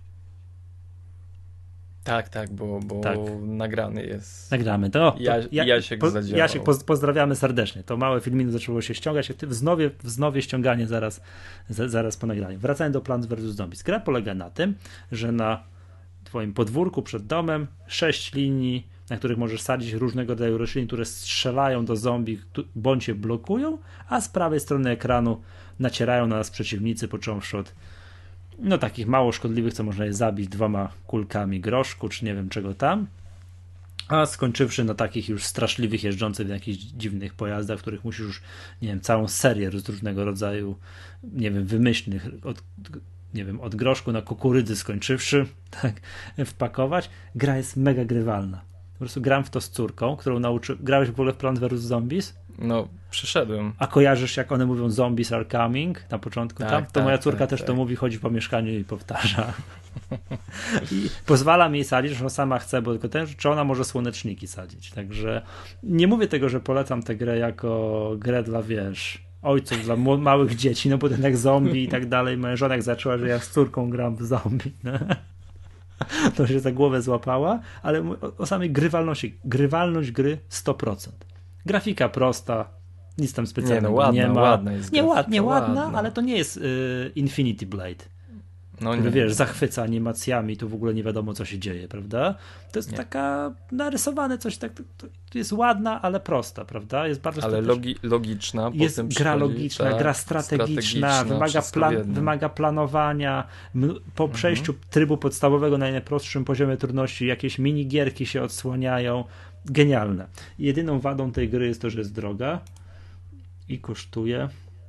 Tak, tak, bo, bo tak. nagrany jest. Nagramy to. Ja, to ja, Jasiek po, zadziałał. Jasiek, poz, pozdrawiamy serdecznie. To małe filmidło zaczęło się ściągać, wznowie, wznowie ściąganie zaraz, z, zaraz po nagraniu. Wracając do Plants versus. Zombies. Gra polega na tym, że na twoim podwórku przed domem sześć linii, na których możesz sadzić różnego rodzaju rośliny, które strzelają do zombie bądź je blokują, a z prawej strony ekranu nacierają na nas przeciwnicy, począwszy od no takich mało szkodliwych, co można je zabić dwoma kulkami groszku, czy nie wiem czego tam, a skończywszy na takich już straszliwych, jeżdżących w jakichś dziwnych pojazdach, w których musisz już, nie wiem, całą serię z różnego rodzaju, nie wiem, wymyślnych, od, nie wiem, od groszku na kukurydzy skończywszy, tak, wpakować. Gra jest mega grywalna. Po prostu gram w to z córką, którą nauczy... Grałeś w ogóle w Plants versus. Zombies? No, przyszedłem. A kojarzysz, jak one mówią zombies are coming na początku? Tak, tam? To tak, moja córka tak, też tak. to mówi, chodzi po mieszkaniu i powtarza. I pozwalam jej sadzić, że ona sama chce, bo tylko ten, czy ona może słoneczniki sadzić. Także nie mówię tego, że polecam tę grę jako grę dla, wiesz, ojców, dla małych dzieci, no bo ten jak zombie i tak dalej. Moja żona jak zaczęła, że ja z córką gram w zombie, no. To się za głowę złapała, ale o, o samej grywalności. Grywalność gry sto procent. Grafika prosta, nic tam specjalnego nie, no ładna, nie ma. Ładna jest nie, grafika, nie ładna, ładna, ale to nie jest y, Infinity Blade. No który, nie. wiesz, zachwyca animacjami, tu w ogóle nie wiadomo, co się dzieje, prawda? To jest nie. taka narysowane coś, tak, to jest ładna, ale prosta, prawda? Jest bardzo ale logi, logiczna. jest potem gra logiczna, ta, gra strategiczna, strategiczna wymaga, plan, wymaga planowania. Po przejściu mhm. trybu podstawowego na najprostszym poziomie trudności jakieś minigierki się odsłaniają. Genialne. Jedyną wadą tej gry jest to, że jest droga i kosztuje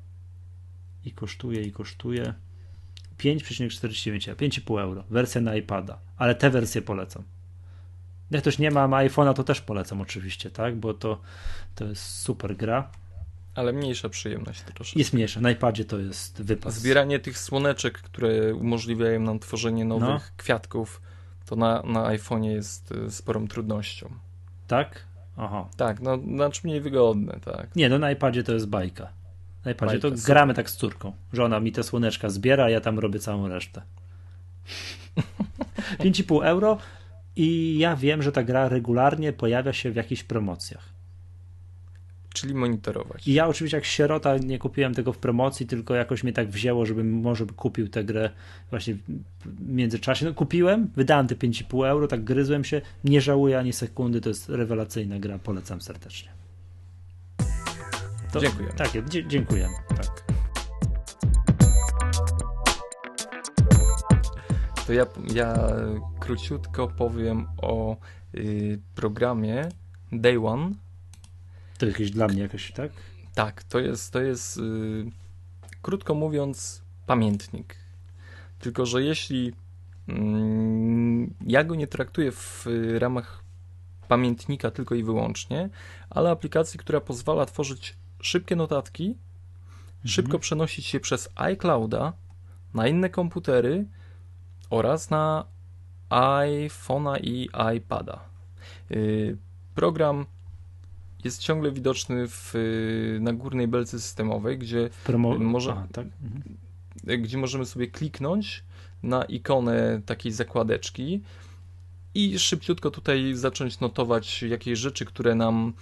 i kosztuje, i kosztuje pięć przecinek czterdzieści dziewięć, pięć i pół euro. Wersja na iPada, ale te wersje polecam. Jak ktoś nie ma, ma iPhone'a, to też polecam oczywiście, tak? Bo to, to jest super gra. Ale mniejsza przyjemność troszeczkę. Jest mniejsza, na iPadzie to jest wypas. Zbieranie tych słoneczek, które umożliwiają nam tworzenie nowych no. kwiatków, to na, na iPhone'ie jest sporą trudnością. Tak? Aha. Tak, no znaczy mniej wygodne, tak. Nie, no na iPadzie to jest bajka. Na iPadzie to super. Gramy tak z córką, że ona mi te słoneczka zbiera, a ja tam robię całą resztę. pięć i pół euro i ja wiem, że ta gra regularnie pojawia się w jakichś promocjach. Czyli monitorować. I ja oczywiście jak sierota nie kupiłem tego w promocji, tylko jakoś mnie tak wzięło, żebym może kupił tę grę właśnie w międzyczasie. No kupiłem, wydałem te pięć i pół euro, tak gryzłem się, nie żałuję ani sekundy, to jest rewelacyjna gra, polecam serdecznie. To, dziękuję. Tak, dzie- dziękuję. Tak. To ja, ja króciutko powiem o y, programie Day One. To jakieś dla mnie jakoś, tak? Tak, to jest, to jest y, krótko mówiąc, pamiętnik. Tylko że jeśli mm, ja go nie traktuję w ramach pamiętnika tylko i wyłącznie, ale aplikacji, która pozwala tworzyć szybkie notatki, mhm. szybko przenosić się przez iClouda na inne komputery oraz na iPhone'a i iPada. Yy, program jest ciągle widoczny w, na górnej belce systemowej, gdzie, Promo... może, Aha, tak? mhm. gdzie możemy sobie kliknąć na ikonę takiej zakładeczki i szybciutko tutaj zacząć notować jakieś rzeczy, które nam,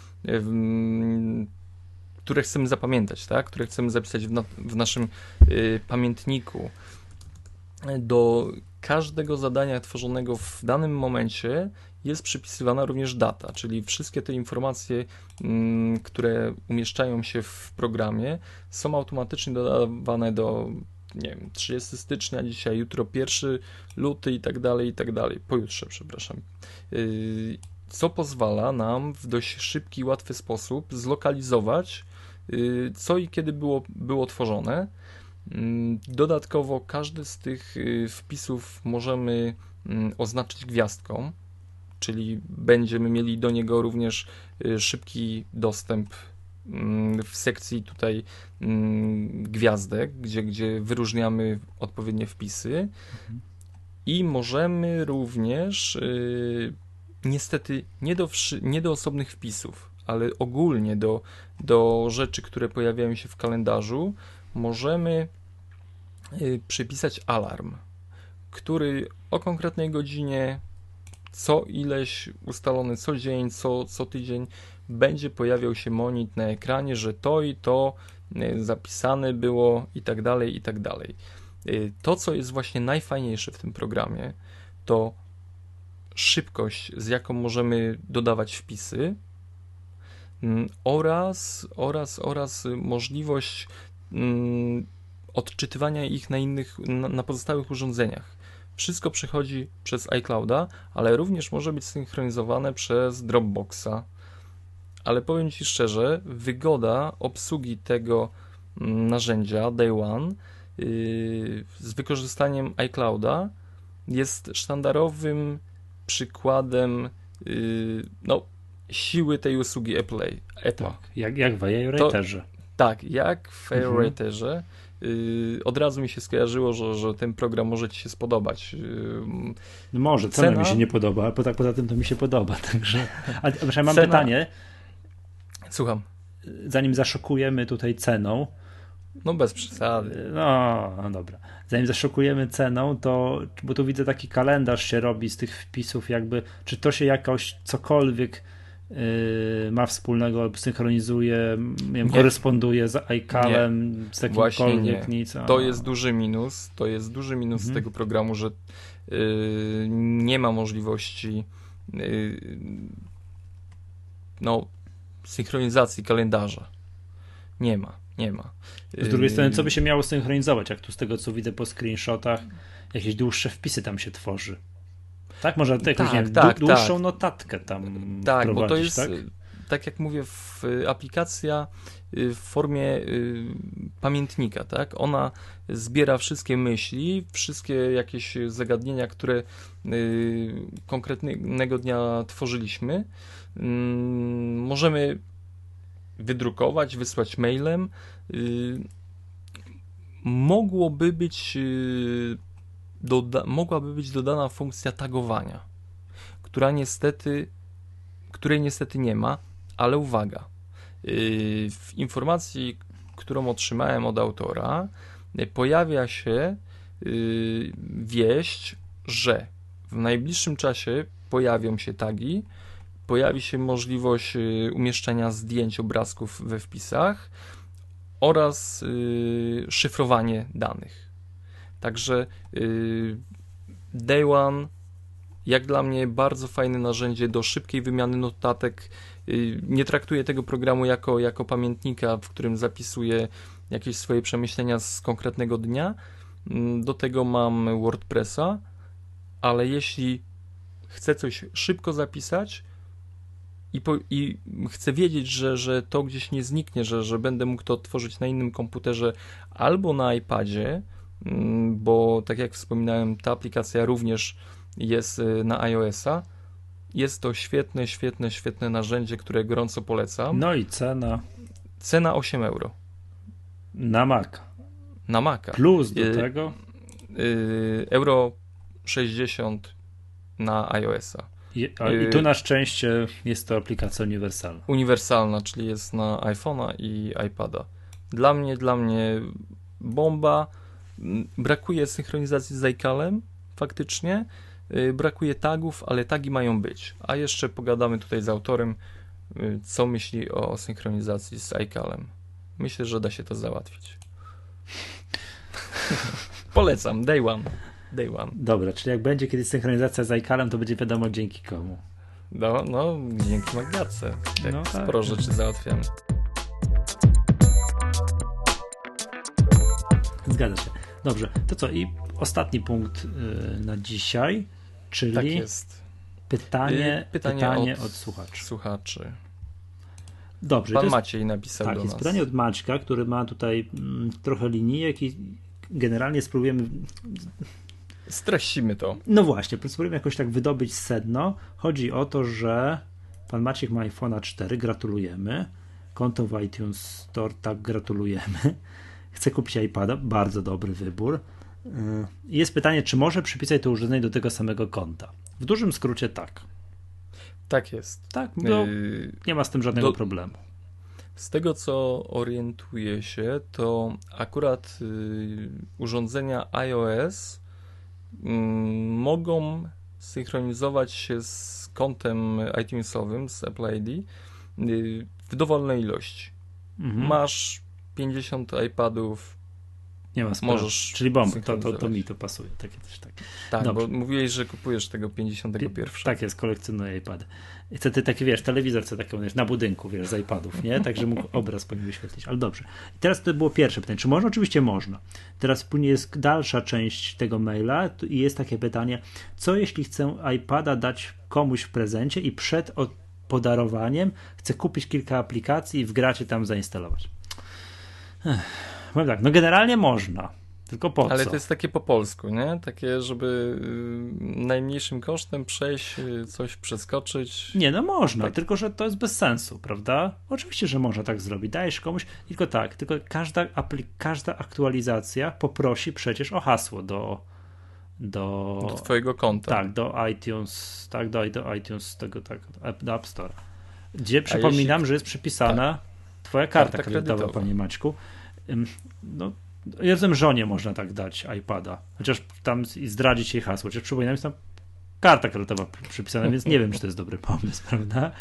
które chcemy zapamiętać, tak? Które chcemy zapisać w, na, w naszym y, pamiętniku. Do każdego zadania tworzonego w danym momencie jest przypisywana również data, czyli wszystkie te informacje, mm, które umieszczają się w programie, są automatycznie dodawane do, nie wiem, trzydziestego stycznia dzisiaj, jutro pierwszego lutego i tak dalej, i tak dalej, pojutrze, przepraszam. Yy, co pozwala nam w dość szybki, łatwy sposób zlokalizować, yy, co i kiedy było, było tworzone. Dodatkowo każdy z tych wpisów możemy oznaczyć gwiazdką, czyli będziemy mieli do niego również szybki dostęp w sekcji tutaj gwiazdek, gdzie, gdzie wyróżniamy odpowiednie wpisy mhm. i możemy również niestety nie do, nie do osobnych wpisów, ale ogólnie do, do rzeczy, które pojawiają się w kalendarzu, możemy przypisać alarm, który o konkretnej godzinie, co ileś ustalony co dzień, co, co tydzień będzie pojawiał się monit na ekranie, że to i to zapisane było i tak dalej, i tak dalej. To, co jest właśnie najfajniejsze w tym programie, to szybkość, z jaką możemy dodawać wpisy oraz, oraz, oraz możliwość mm, odczytywania ich na innych, na, na pozostałych urządzeniach. Wszystko przechodzi przez iClouda, ale również może być synchronizowane przez Dropboxa. Ale powiem Ci szczerze, wygoda obsługi tego narzędzia Day One yy, z wykorzystaniem iClouda jest sztandarowym przykładem yy, no, siły tej usługi Apple'a. Tak, jak, jak w iWriterze. Tak, jak w iWriterze. Mhm. Yy, od razu mi się skojarzyło, że, że ten program może Ci się spodobać. Yy, no może, cena, cena mi się nie podoba, a poza, poza tym to mi się podoba. Także. Ale ja mam cena... pytanie. Słucham. Zanim zaszokujemy tutaj ceną. No bez przesady. No, no dobra. Zanim zaszokujemy ceną, to, bo tu widzę taki kalendarz się robi z tych wpisów jakby, czy to się jakoś cokolwiek Yy, ma wspólnego, synchronizuje, nie wiem, koresponduje z iCalem, z jakimkolwiek nic. A... To jest duży minus, to jest duży minus mhm. tego programu, że yy, nie ma możliwości yy, no, synchronizacji kalendarza. Nie ma, nie ma. Z drugiej strony, co by się miało synchronizować, jak tu z tego, co widzę po screenshotach, jakieś dłuższe wpisy tam się tworzy. Tak, może jakąś tak, nie wiem, tak, dłuższą tak. notatkę tam Tak, bo to jest, tak? tak jak mówię, w, aplikacja w formie y, pamiętnika, tak? Ona zbiera wszystkie myśli, wszystkie jakieś zagadnienia, które y, konkretnego dnia tworzyliśmy. Y, możemy wydrukować, wysłać mailem. Y, mogłoby być y, Doda- mogłaby być dodana funkcja tagowania, która niestety, której niestety nie ma, ale uwaga, yy, w informacji, którą otrzymałem od autora, yy, pojawia się yy, wieść, że w najbliższym czasie pojawią się tagi, pojawi się możliwość yy, umieszczania zdjęć, obrazków we wpisach oraz yy, szyfrowanie danych. Także yy, Day One, jak dla mnie, bardzo fajne narzędzie do szybkiej wymiany notatek. Yy, nie traktuję tego programu jako, jako pamiętnika, w którym zapisuję jakieś swoje przemyślenia z konkretnego dnia. Yy, do tego mam WordPressa, ale jeśli chcę coś szybko zapisać i, po, i chcę wiedzieć, że, że to gdzieś nie zniknie, że, że będę mógł to odtworzyć na innym komputerze albo na iPadzie, bo tak jak wspominałem, ta aplikacja również jest na iOS-a. Jest to świetne, świetne, świetne narzędzie, które gorąco polecam. No i cena? Cena osiem euro. Na Maca. Na Maca. Plus do y- tego? Y- euro sześćdziesiąt na iOS-a. I, a, I tu na szczęście jest to aplikacja uniwersalna. Uniwersalna, czyli jest na iPhone'a i iPada. Dla mnie, dla mnie bomba. Brakuje synchronizacji z iCalem, faktycznie. Brakuje tagów, ale tagi mają być. A jeszcze pogadamy tutaj z autorem, co myśli o synchronizacji z iCalem. Myślę, że da się to załatwić. Polecam, day one. Day one. Dobra, czyli jak będzie kiedyś synchronizacja z iCalem, to będzie wiadomo dzięki komu. No, no dzięki Magdace. Tak, no, tak. Sporo rzeczy załatwiamy. Zgadza się. Dobrze, to co? I ostatni punkt yy, na dzisiaj, czyli tak jest. pytanie, pytanie, pytanie od, od słuchaczy. słuchaczy. Dobrze. Pan jest, Maciej napisał tak, do jest nas. pytanie od Maćka, który ma tutaj mm, trochę linijek i generalnie spróbujemy... Streścimy to. No właśnie, spróbujemy jakoś tak wydobyć sedno. Chodzi o to, że pan Maciek ma iPhone'a cztery, gratulujemy. Konto w iTunes Store, tak, gratulujemy. Chce kupić iPada, bardzo dobry wybór. Jest pytanie, czy może przypisać to urządzenie do tego samego konta? W dużym skrócie tak. Tak jest. Tak, no, yy, nie ma z tym żadnego do, problemu. Z tego, co orientuję się, to akurat yy, urządzenia iOS yy, mogą synchronizować się z kontem iTunesowym, z Apple I D yy, w dowolnej ilości. Mhm. Masz pięćdziesiąt iPadów, nie ma sprawy. Możesz Czyli bomb, to, to, to mi to pasuje. Takie też tak. Tak, Dobrze. Bo mówiłeś, że kupujesz tego pięćdziesiątego pierwszego. Tak jest, kolekcjonuję iPady. I co ty taki, wiesz, telewizor co taki na budynku, wiesz, z iPadów, nie? Także mógł obraz po nim wyświetlić, ale dobrze. I teraz to było pierwsze pytanie. Czy można? Oczywiście można. Teraz później jest dalsza część tego maila i jest takie pytanie, co jeśli chcę iPada dać komuś w prezencie i przed podarowaniem chcę kupić kilka aplikacji i w gracie tam zainstalować? Ech. Powiem tak, no generalnie można, tylko po co? Ale to jest takie po polsku, nie? Takie, żeby y, najmniejszym kosztem przejść, y, coś przeskoczyć. Nie, no można, tak. Tylko że to jest bez sensu, prawda? Oczywiście, że można tak zrobić. Dajesz komuś, tylko tak, tylko każda, aplik- każda aktualizacja poprosi przecież o hasło do do, do twojego konta. Tak, do iTunes, tak, do, do iTunes, tego, tak, do App Store. Gdzie przypominam, jeśli... że jest przypisana tak. twoja karta, karta kredytowa, kredytowa, panie Maćku. No, ja rozumiem, żonie można tak dać iPada, chociaż tam zdradzić jej hasło, chociaż przypominam, jest tam karta kredytowa przypisana, więc nie wiem, czy to jest dobry pomysł, prawda?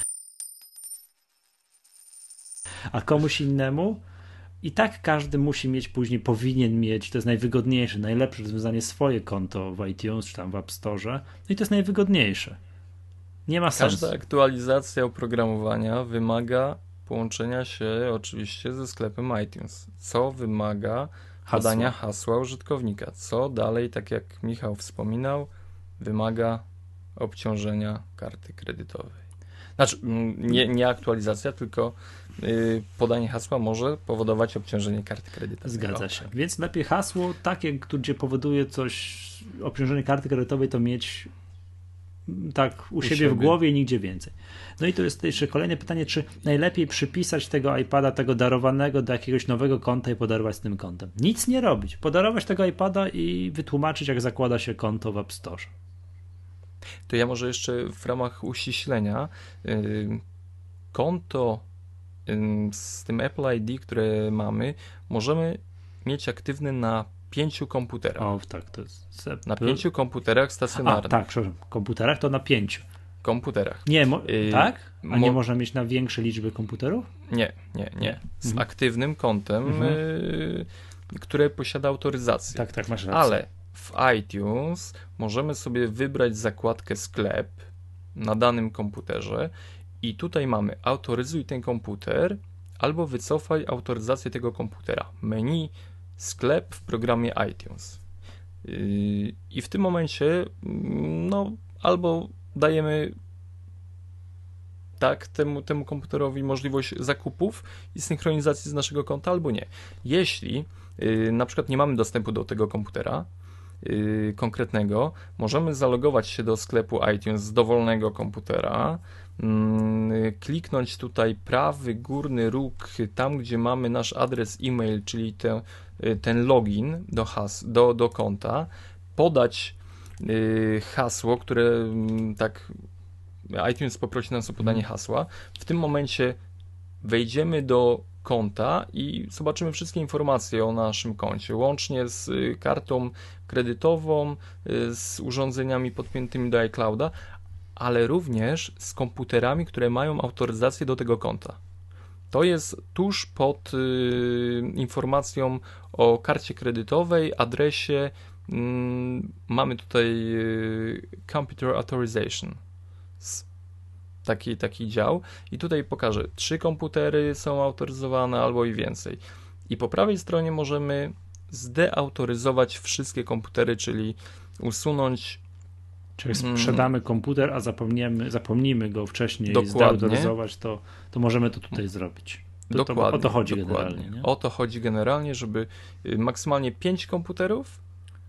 A komuś innemu i tak każdy musi mieć później, powinien mieć, to jest najwygodniejsze, najlepsze rozwiązanie, swoje konto w iTunes, czy tam w App Store, no i to jest najwygodniejsze. Nie ma sensu. Każda aktualizacja oprogramowania wymaga połączenia się oczywiście ze sklepem iTunes, co wymaga podania hasła. hasła użytkownika, co dalej, tak jak Michał wspominał, wymaga obciążenia karty kredytowej. Znaczy, nie, nie aktualizacja, tylko yy, podanie hasła może powodować obciążenie karty kredytowej. Zgadza się. Więc lepiej hasło takie, gdzie powoduje coś, obciążenie karty kredytowej, to mieć tak u, u siebie, siebie w głowie i nigdzie więcej. No i to jest jeszcze kolejne pytanie, czy najlepiej przypisać tego iPada, tego darowanego do jakiegoś nowego konta i podarować z tym kontem. Nic nie robić. Podarować tego iPada i wytłumaczyć, jak zakłada się konto w App Store. To ja może jeszcze w ramach uściślenia yy, konto yy, z tym Apple I D, które mamy, możemy mieć aktywny na pięciu komputerach. O, tak, to jest... Na pięciu komputerach stacjonarnych. A, tak, przepraszam, komputerach to na pięciu. Komputerach. Nie, mo- yy, tak? A nie mo- można mieć na większe liczby komputerów? Nie, nie, nie. Z mhm. aktywnym kontem, mhm. yy, które posiada autoryzację. Tak, tak, masz rację. Ale w iTunes możemy sobie wybrać zakładkę sklep na danym komputerze i tutaj mamy autoryzuj ten komputer albo wycofaj autoryzację tego komputera. Menu sklep w programie iTunes. Yy, I w tym momencie no albo dajemy tak, temu, temu komputerowi możliwość zakupów i synchronizacji z naszego konta, albo nie. Jeśli yy, na przykład nie mamy dostępu do tego komputera yy, konkretnego, możemy zalogować się do sklepu iTunes z dowolnego komputera, yy, kliknąć tutaj prawy górny róg, tam gdzie mamy nasz adres e-mail, czyli te, yy, ten login do, has, do, do konta, podać yy, hasło, które yy, tak iTunes poprosi nas o podanie hasła. W tym momencie wejdziemy do konta i zobaczymy wszystkie informacje o naszym koncie, łącznie z kartą kredytową, z urządzeniami podpiętymi do iClouda, ale również z komputerami, które mają autoryzację do tego konta. To jest tuż pod y, informacją o karcie kredytowej, adresie. Y, mamy tutaj y, Computer Authorization. Taki, taki dział i tutaj pokażę, trzy komputery są autoryzowane albo i więcej. I po prawej stronie możemy zdeautoryzować wszystkie komputery, czyli usunąć. Czyli sprzedamy komputer, a zapomniemy, zapomnimy go wcześniej dokładnie. Zdeautoryzować, to, to możemy to tutaj zrobić. To, dokładnie, to, o to chodzi dokładnie. generalnie. Nie? O to chodzi generalnie, żeby maksymalnie pięć komputerów,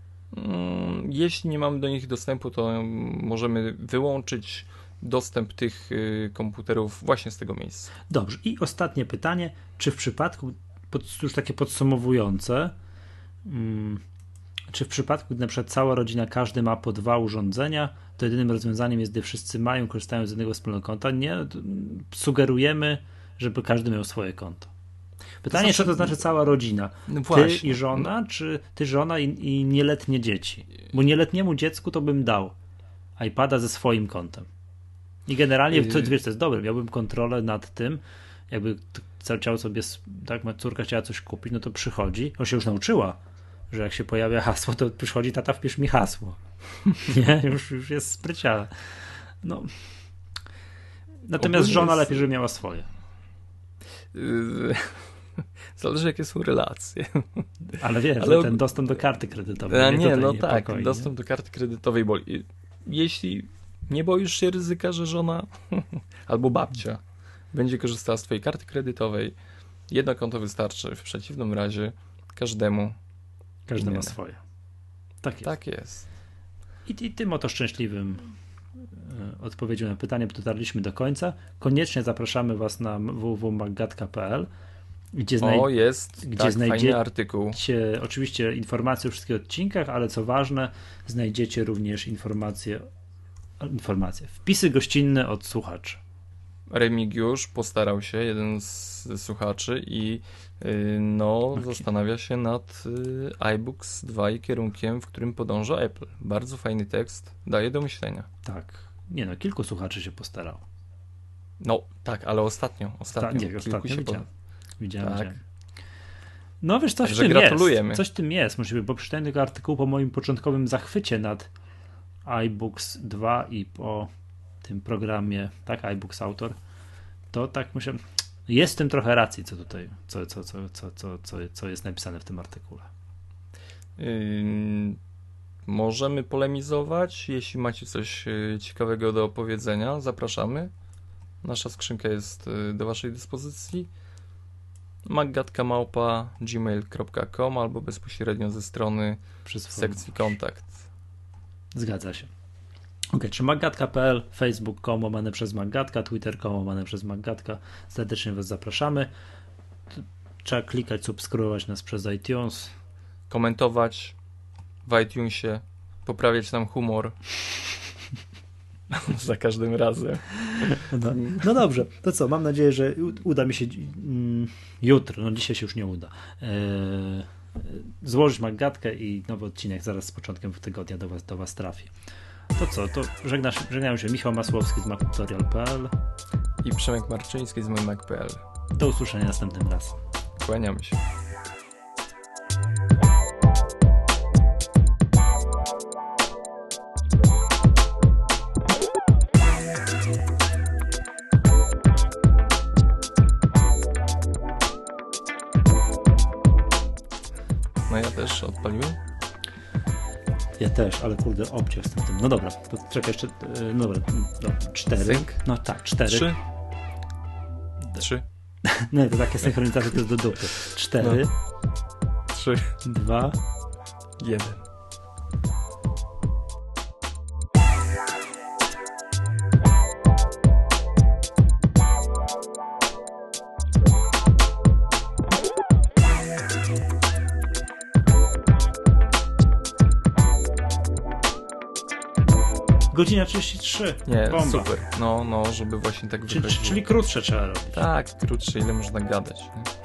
jeśli nie mamy do nich dostępu, to możemy wyłączyć dostęp tych y, komputerów właśnie z tego miejsca. Dobrze. I ostatnie pytanie, czy w przypadku, pod, już takie podsumowujące, hmm, czy w przypadku, gdy na przykład cała rodzina, każdy ma po dwa urządzenia, to jedynym rozwiązaniem jest, gdy wszyscy mają, korzystają z jednego wspólnego konta? Nie, sugerujemy, żeby każdy miał swoje konto. Pytanie, to znaczy, co to znaczy cała rodzina? No ty i żona, czy ty, żona i, i nieletnie dzieci? Bo nieletniemu dziecku to bym dał iPada ze swoim kontem. I generalnie, to, wiesz, to jest dobre, miałbym kontrolę nad tym, jakby chciał sobie, tak, moja córka chciała coś kupić, no to przychodzi, on się już nauczyła, że jak się pojawia hasło, to przychodzi, tata, wpisz mi hasło. Nie, już, już jest spryciała. No. Natomiast Ogólnie żona jest... lepiej, żeby miała swoje. Zależy, jakie są relacje. Ale wiesz, Ale... ten dostęp do karty kredytowej. A nie, nie no nie tak, pokoi, dostęp nie? do karty kredytowej boli. Jeśli nie boisz się ryzyka, że żona albo babcia będzie korzystała z twojej karty kredytowej, jedno konto wystarczy. W przeciwnym razie każdemu. Każdy inny. ma swoje. Tak jest. Tak jest. I, i tym oto szczęśliwym e, odpowiedzią na pytanie dotarliśmy do końca. Koniecznie zapraszamy was na w w w kropka maggatka kropka p l, gdzie, znaj- o, jest, gdzie tak, znajdziecie fajny artykuł. oczywiście informacje o wszystkich odcinkach, ale co ważne, znajdziecie również informacje, informacje, wpisy gościnne od słuchaczy. Remigiusz postarał się, jeden z słuchaczy, i yy, no okay. zastanawia się nad yy, iBooks dwa i kierunkiem, w którym podąża Apple. Bardzo fajny tekst, daje do myślenia. Tak. Nie no, kilku słuchaczy się postarało. No tak, ale ostatnio, ostatnio, Ta, nie, kilku ostatnio się widziałem. pod... Widziałem, tak. widziałem. No wiesz, coś Także w tym gratulujemy. jest. Coś w tym jest, możliwe, bo przeczytałem tego artykułu po moim początkowym zachwycie nad iBooks dwa i po tym programie, tak, iBooks Autor, to tak myślę, jest w tym trochę racji, co tutaj, co, co, co, co, co, co, co jest napisane w tym artykule. Yy, możemy polemizować, jeśli macie coś yy, ciekawego do opowiedzenia, zapraszamy. Nasza skrzynka jest yy, do waszej dyspozycji. maggatka małpa gmail kropka com albo bezpośrednio ze strony Przez sekcji kontakt. Zgadza się. Ok, czy maggatka kropka p l, facebook kropka com łamane przez Maggatka, twitter kropka com łamane przez Maggatka. Serdecznie was zapraszamy. Trzeba klikać, subskrybować nas przez iTunes. Komentować w iTunesie, poprawiać nam humor. Za każdym razem. No, no dobrze, to co? Mam nadzieję, że uda mi się mm, jutro, no dzisiaj się już nie uda, e, złożyć Maggatkę i nowy odcinek zaraz z początkiem tygodnia do was, do was trafi. To co? To żegna, żegnają się Michał Masłowski z mac tutorial kropka p l i Przemek Marczyński z mój mac kropka p l. Do usłyszenia następnym razem. Kłaniamy się. No ja też odpaliłem? Ja też, ale kurde, obciął z tym. No dobra, to czekaj jeszcze, no dobra, no, cztery. Sync? No tak, cztery. Trzy, Trzy. No to takie synchronizacje to jest do dupy. Cztery. No. Trzy. Dwa. Jeden. Godzina trzydzieści trzy. Nie, Bomba. super. No, no, żeby właśnie tak Czyli, wychodziło. czyli krótsze trzeba robić. Tak, krótsze, ile można gadać. Nie?